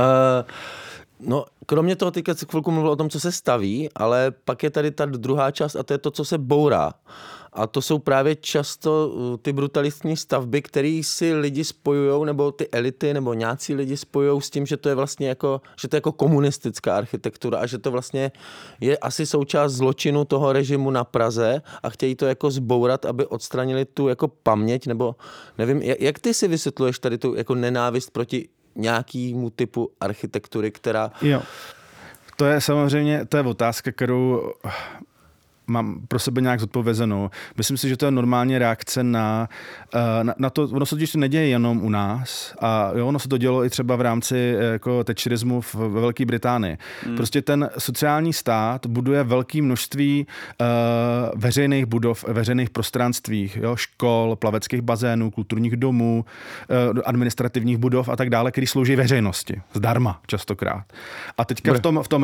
No, kromě toho teďka chvilku mluvil o tom, co se staví, ale pak je tady ta druhá část a to je to, co se bourá. A to jsou právě často ty brutalistní stavby, které si lidi spojujou, nebo ty elity, nebo nějací lidi spojujou s tím, že to je vlastně jako, že to je jako komunistická architektura a že to vlastně je asi součást zločinu toho režimu na Praze a chtějí to jako zbourat, aby odstranili tu jako paměť, nebo nevím, jak ty si vysvětluješ tady tu jako nenávist proti nějakému typu architektury, která... Jo, to je samozřejmě, to je otázka, kterou mám pro sebe nějak zodpovězenou. Myslím si, že to je normálně reakce na to, ono se totiž to neděje jenom u nás a jo, ono se to dělo i třeba v rámci jako thatcherismu ve Velké Británii. Prostě ten sociální stát buduje velké množství veřejných budov, veřejných prostranství, jo, škol, plaveckých bazénů, kulturních domů, administrativních budov a tak dále, které slouží veřejnosti. Zdarma častokrát. A teďka v tom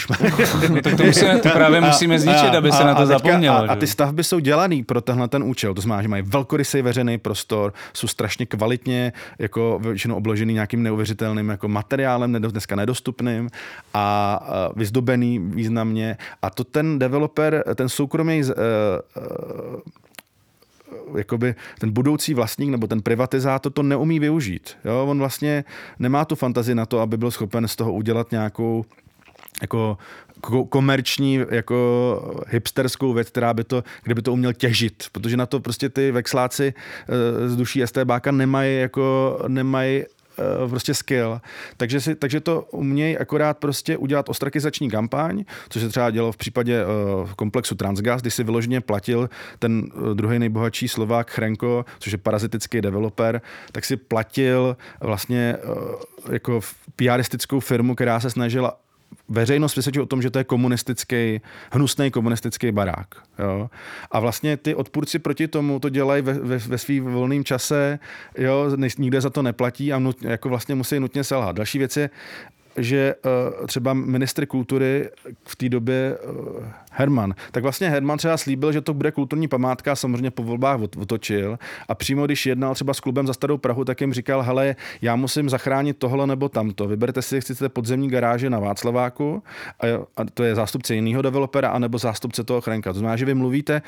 to právě musíme zničit, aby se na to zapomnělo. A ty stavby jsou dělaný pro tenhle ten účel. To znamená, že mají velkorysý veřejný prostor, jsou strašně kvalitně jako většinou obložený nějakým neuvěřitelným jako materiálem, dneska nedostupným a vyzdobený významně. A to ten developer, ten soukromý jakoby ten budoucí vlastník nebo ten privatizátor to neumí využít. Jo? On vlastně nemá tu fantazii na to, aby byl schopen z toho udělat nějakou jako komerční, jako hipsterskou věc, kde by to uměl těžit, protože na to prostě ty vexláci z duší STBáka nemají prostě skill. Takže to umějí akorát prostě udělat ostrakizační kampaň, což se třeba dělo v případě komplexu Transgas, kdy si vyloženě platil ten druhý nejbohatší Slovák Chrenko, což je parazitický developer, tak si platil vlastně jako PR-istickou firmu, která se snažila veřejnost přesvědčit o tom, že to je hnusný komunistický barák. Jo? A vlastně ty odpůrci proti tomu to dělají ve svým volném čase, jo? Nikde za to neplatí a jako vlastně musí nutně selhat. Další věc je, že třeba ministr kultury v té době Herman, tak vlastně Herman třeba slíbil, že to bude kulturní památka, samozřejmě po volbách otočil a přímo když jednal třeba s klubem Za starou Prahu, tak jim říkal, hele, já musím zachránit tohle nebo tamto, vyberte si, jestli chcete podzemní garáže na Václaváku, a to je zástupce jiného developera, anebo zástupce toho Chränka. To znamená, že vy mluvíte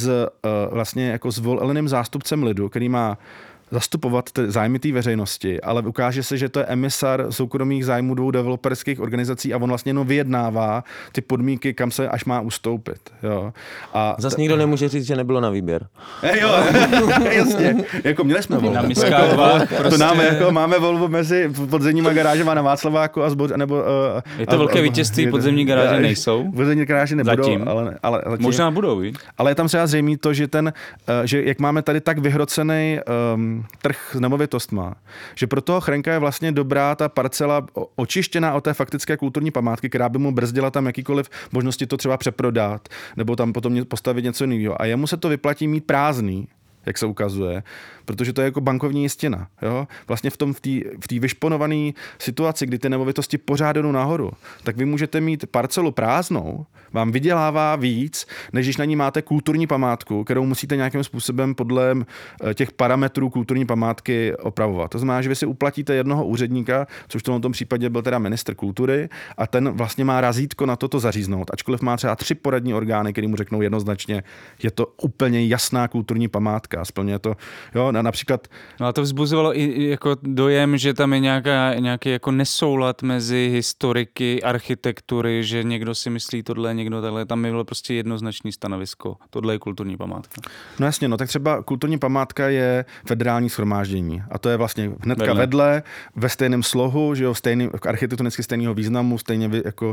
vlastně jako s voleným zástupcem lidu, který má zastupovat zájmy té veřejnosti, ale ukáže se, že to je emisar soukromých zájmů dvou developerských organizací a on vlastně jenom vyjednává ty podmínky, kam se až má ustoupit. Jo. A zas nikdo nemůže říct, že nebylo na výběr. Jo, jasně. Jako měli jsme volbu. Na Miskálova, To máme volbu mezi podzemníma garážema na Václaváku a nebo je to velké vítězství, podzemní garáže nejsou. Podzemní garáže nebudou, zatím. ale Možná budou, víc. Ale je tam třeba zřejmý to, že že jak máme tady tak vyhrocený trh s nemovitostma, že pro toho Chränka je vlastně dobrá ta parcela očištěná od té faktické kulturní památky, která by mu brzdila tam jakýkoliv možnosti to třeba přeprodat, nebo tam potom postavit něco jiného. A jemu se to vyplatí mít prázdný, jak se ukazuje, protože to je jako bankovní jistina. Jo? Vlastně v té vyšponované situaci, kdy ty nemovitosti pořád jdou nahoru, tak vy můžete mít parcelu prázdnou, vám vydělává víc, než když na ní máte kulturní památku, kterou musíte nějakým způsobem podle těch parametrů kulturní památky opravovat. To znamená, že vy si uplatíte jednoho úředníka, což v tom případě byl teda ministr kultury, a ten vlastně má razítko na to zaříznout, ačkoliv má třeba 3 poradní orgány, který mu řeknou jednoznačně, je to úplně jasná kulturní památka, splňuje to, jo, například. No a to vzbuzovalo i jako dojem, že tam je nějaký jako nesoulad mezi historiky, architektury, že někdo si myslí tohle, někdo tohle, tam bylo prostě jednoznačný stanovisko. Tohle je kulturní památka. No jasně, no tak třeba kulturní památka je federální shromáždění a to je vlastně hnedka vedle ve stejném slohu, že jo, architektonicky stejného významu, stejně jako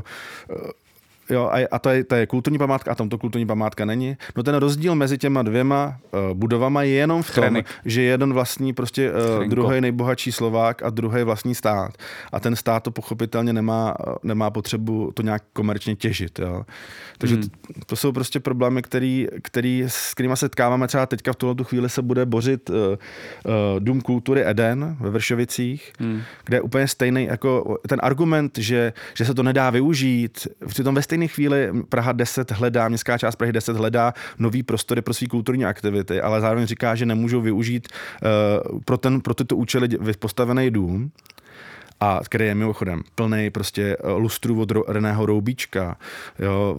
jo, a to je kulturní památka a tam to kulturní památka není. No ten rozdíl mezi těma dvěma budovama je jenom v tom, že jeden vlastní prostě druhý nejbohatší Slovák a druhý vlastní stát. A ten stát to pochopitelně nemá potřebu to nějak komerčně těžit. Jo. Takže to jsou prostě problémy, s kterými se tkáváme. Třeba teďka v tuhle chvíli se bude bořit Dům kultury Eden ve Vršovicích, kde je úplně stejný jako ten argument, že se to nedá využít. Přitom ve stejné chvíli Praha 10 hledá, městská část Prahy 10 hledá nový prostory pro své kulturní aktivity, ale zároveň říká, že nemůžou využít pro tyto účely postavený dům, a který je mimochodem plný prostě lustrů od Reného Roubíčka, jo,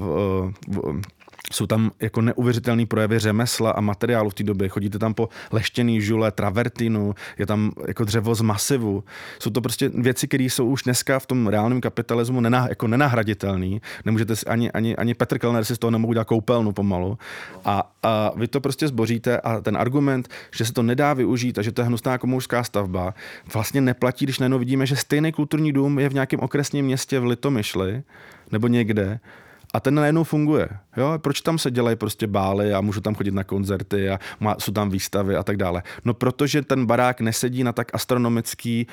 jsou tam jako neuvěřitelný projevy řemesla a materiálu v té době. Chodíte tam po leštěný žule, travertinu, je tam jako dřevo z masivu. Jsou to prostě věci, které jsou už dneska v tom reálném kapitalismu jako nenahraditelný. Nemůžete si, ani Petr Kellner si z toho nemohou dělat koupelnu pomalu. A vy to prostě zboříte a ten argument, že se to nedá využít a že to je hnusná komoušská stavba, vlastně neplatí, když najednou vidíme, že stejný kulturní dům je v nějakém okresním městě v Litomyšli nebo někde, a ten najednou funguje. Jo? Proč tam se dělají prostě bály a můžu tam chodit na koncerty a jsou tam výstavy a tak dále? No protože ten barák nesedí na tak astronomický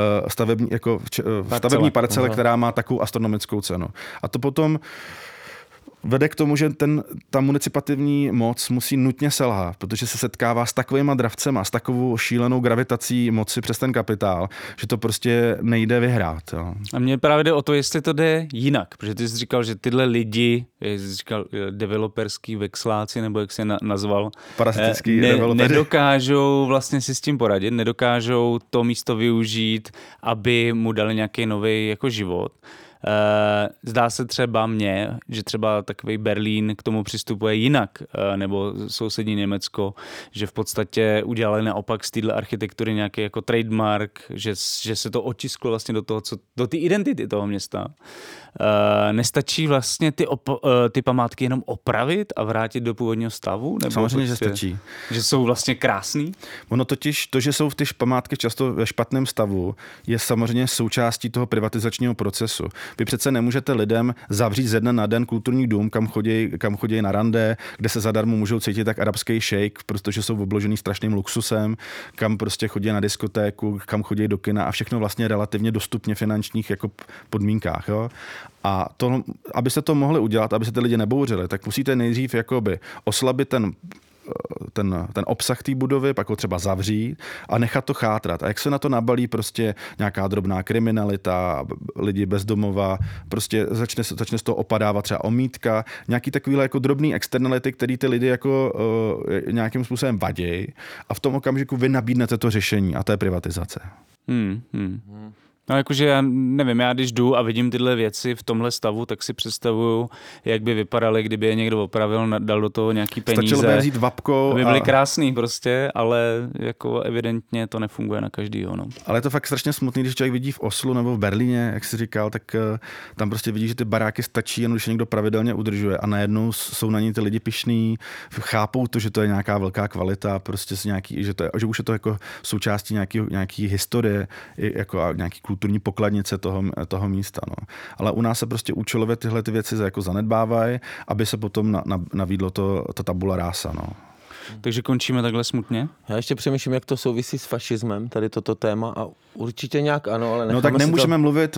stavební parcele, která má takovou astronomickou cenu. A to potom vede k tomu, že ta municipativní moc musí nutně selhat, protože se setkává s takovýma dravcema, s takovou šílenou gravitací moci přes ten kapitál, že to prostě nejde vyhrát. Jo. A mně právě jde o to, jestli to jde jinak, protože ty jsi říkal, že tyhle lidi, jsi říkal developerský vexláci, nebo jak jsi nazval, parasitický developeři, nedokážou vlastně si s tím poradit, nedokážou to místo využít, aby mu dali nějaký nový jako život. Zdá se třeba mně, že třeba takový Berlín k tomu přistupuje jinak, nebo sousední Německo, že v podstatě udělali naopak z téhle architektury nějaký jako trademark, že se to otisklo vlastně do té identity toho města. Nestačí vlastně ty památky jenom opravit a vrátit do původního stavu? Nebo samozřejmě, prostě, že stačí. Že jsou vlastně krásný? Ono totiž, to, že jsou ty památky často ve špatném stavu, je samozřejmě součástí toho privatizačního procesu. Vy přece nemůžete lidem zavřít ze dne na den kulturní dům, kam chodí na rande, kde se zadarmo můžou cítit tak arabský šejk, protože jsou obložený strašným luxusem, kam prostě chodí na diskotéku, kam chodí do kina a všechno vlastně relativně dostupně finančních jako podmínkách. Jo? A to, aby se to mohli udělat, aby se ty lidi nebouřili, tak musíte nejdřív jakoby oslabit ten obsah té budovy, pak ho třeba zavřít a nechat to chátrat. A jak se na to nabalí prostě nějaká drobná kriminalita, lidi bezdomova, prostě začne z toho opadávat třeba omítka, nějaký takovýhle jako drobný externality, který ty lidi jako nějakým způsobem vadí a v tom okamžiku vy nabídnete to řešení a to je privatizace. No jakože já nevím, já když jdu a vidím tyhle věci v tomhle stavu, tak si představuju, jak by vypadaly, kdyby je někdo opravil, dal do toho nějaký peníze. Stačilo by vzít vapkou. Aby byly krásný prostě, ale jako evidentně to nefunguje na každýho. No. Ale je to fakt strašně smutný, když člověk vidí v Oslu nebo v Berlíně, jak jsi říkal, tak tam prostě vidí, že ty baráky stačí, jen když někdo pravidelně udržuje a najednou jsou na ní ty lidi pyšný, chápou to, že to je nějaká velká kvalita, prostě že už je to jako součástí nějaký historie, jako nějaký kulturní pokladnice toho místa. No. Ale u nás se prostě účelově tyhle ty věci jako zanedbávají, aby se potom navídlo ta tabula rasa. No. Takže končíme takhle smutně? Já ještě přemýšlím, jak to souvisí s fašismem, tady toto téma a určitě nějak ano, ale no tak nemůžeme mluvit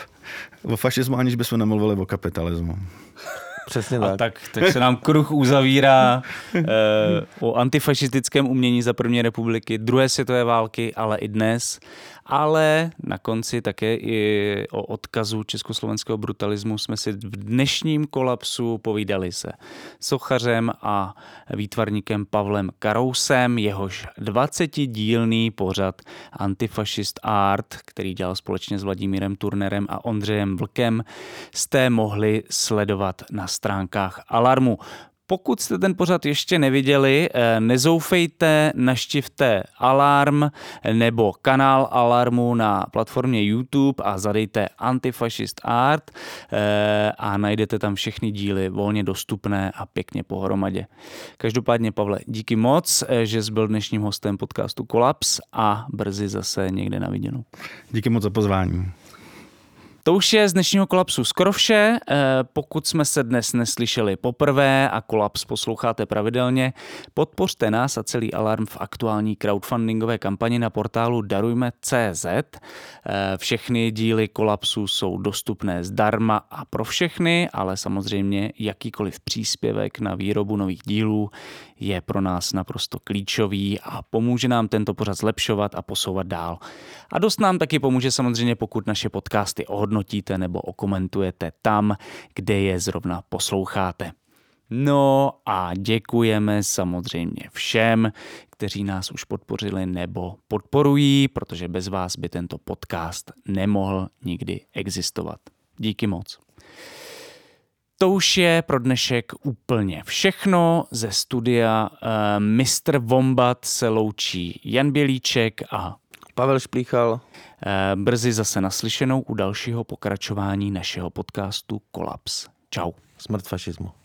o fašismu, aniž bychom nemluvili o kapitalismu. Přesně tak se nám kruh uzavírá o antifašistickém umění za první republiky, druhé světové války, ale i dnes. Ale na konci také i o odkazu československého brutalismu jsme si v dnešním kolapsu povídali se sochařem a výtvarníkem Pavlem Karousem, jehož 20dílný pořad Antifašist Art, který dělal společně s Vladimírem Turnerem a Ondřejem Vlkem, jste mohli sledovat na stránkách Alarmu. Pokud jste ten pořad ještě neviděli, nezoufejte, navštivte Alarm nebo kanál Alarmu na platformě YouTube a zadejte Antifašist Art a najdete tam všechny díly volně dostupné a pěkně pohromadě. Každopádně, Pavle, díky moc, že jsi byl dnešním hostem podcastu Kolaps a brzy zase někde na viděnou. Díky moc za pozvání. To už je z dnešního Kolapsu skoro vše. Pokud jsme se dnes neslyšeli poprvé a Kolaps posloucháte pravidelně, podpořte nás a celý Alarm v aktuální crowdfundingové kampani na portálu darujme.cz. Všechny díly Kolapsu jsou dostupné zdarma a pro všechny, ale samozřejmě jakýkoliv příspěvek na výrobu nových dílů je pro nás naprosto klíčový a pomůže nám tento pořad zlepšovat a posouvat dál. A dost nám taky pomůže samozřejmě, pokud naše podcasty ohodnotíte nebo okomentujete tam, kde je zrovna posloucháte. No a děkujeme samozřejmě všem, kteří nás už podpořili nebo podporují, protože bez vás by tento podcast nemohl nikdy existovat. Díky moc. To už je pro dnešek úplně všechno. Ze studia Mr. Wombat se loučí Jan Bělíček a Pavel Šplíchal. Brzy zase naslyšenou u dalšího pokračování našeho podcastu Kolaps. Čau. Smrt fašismu.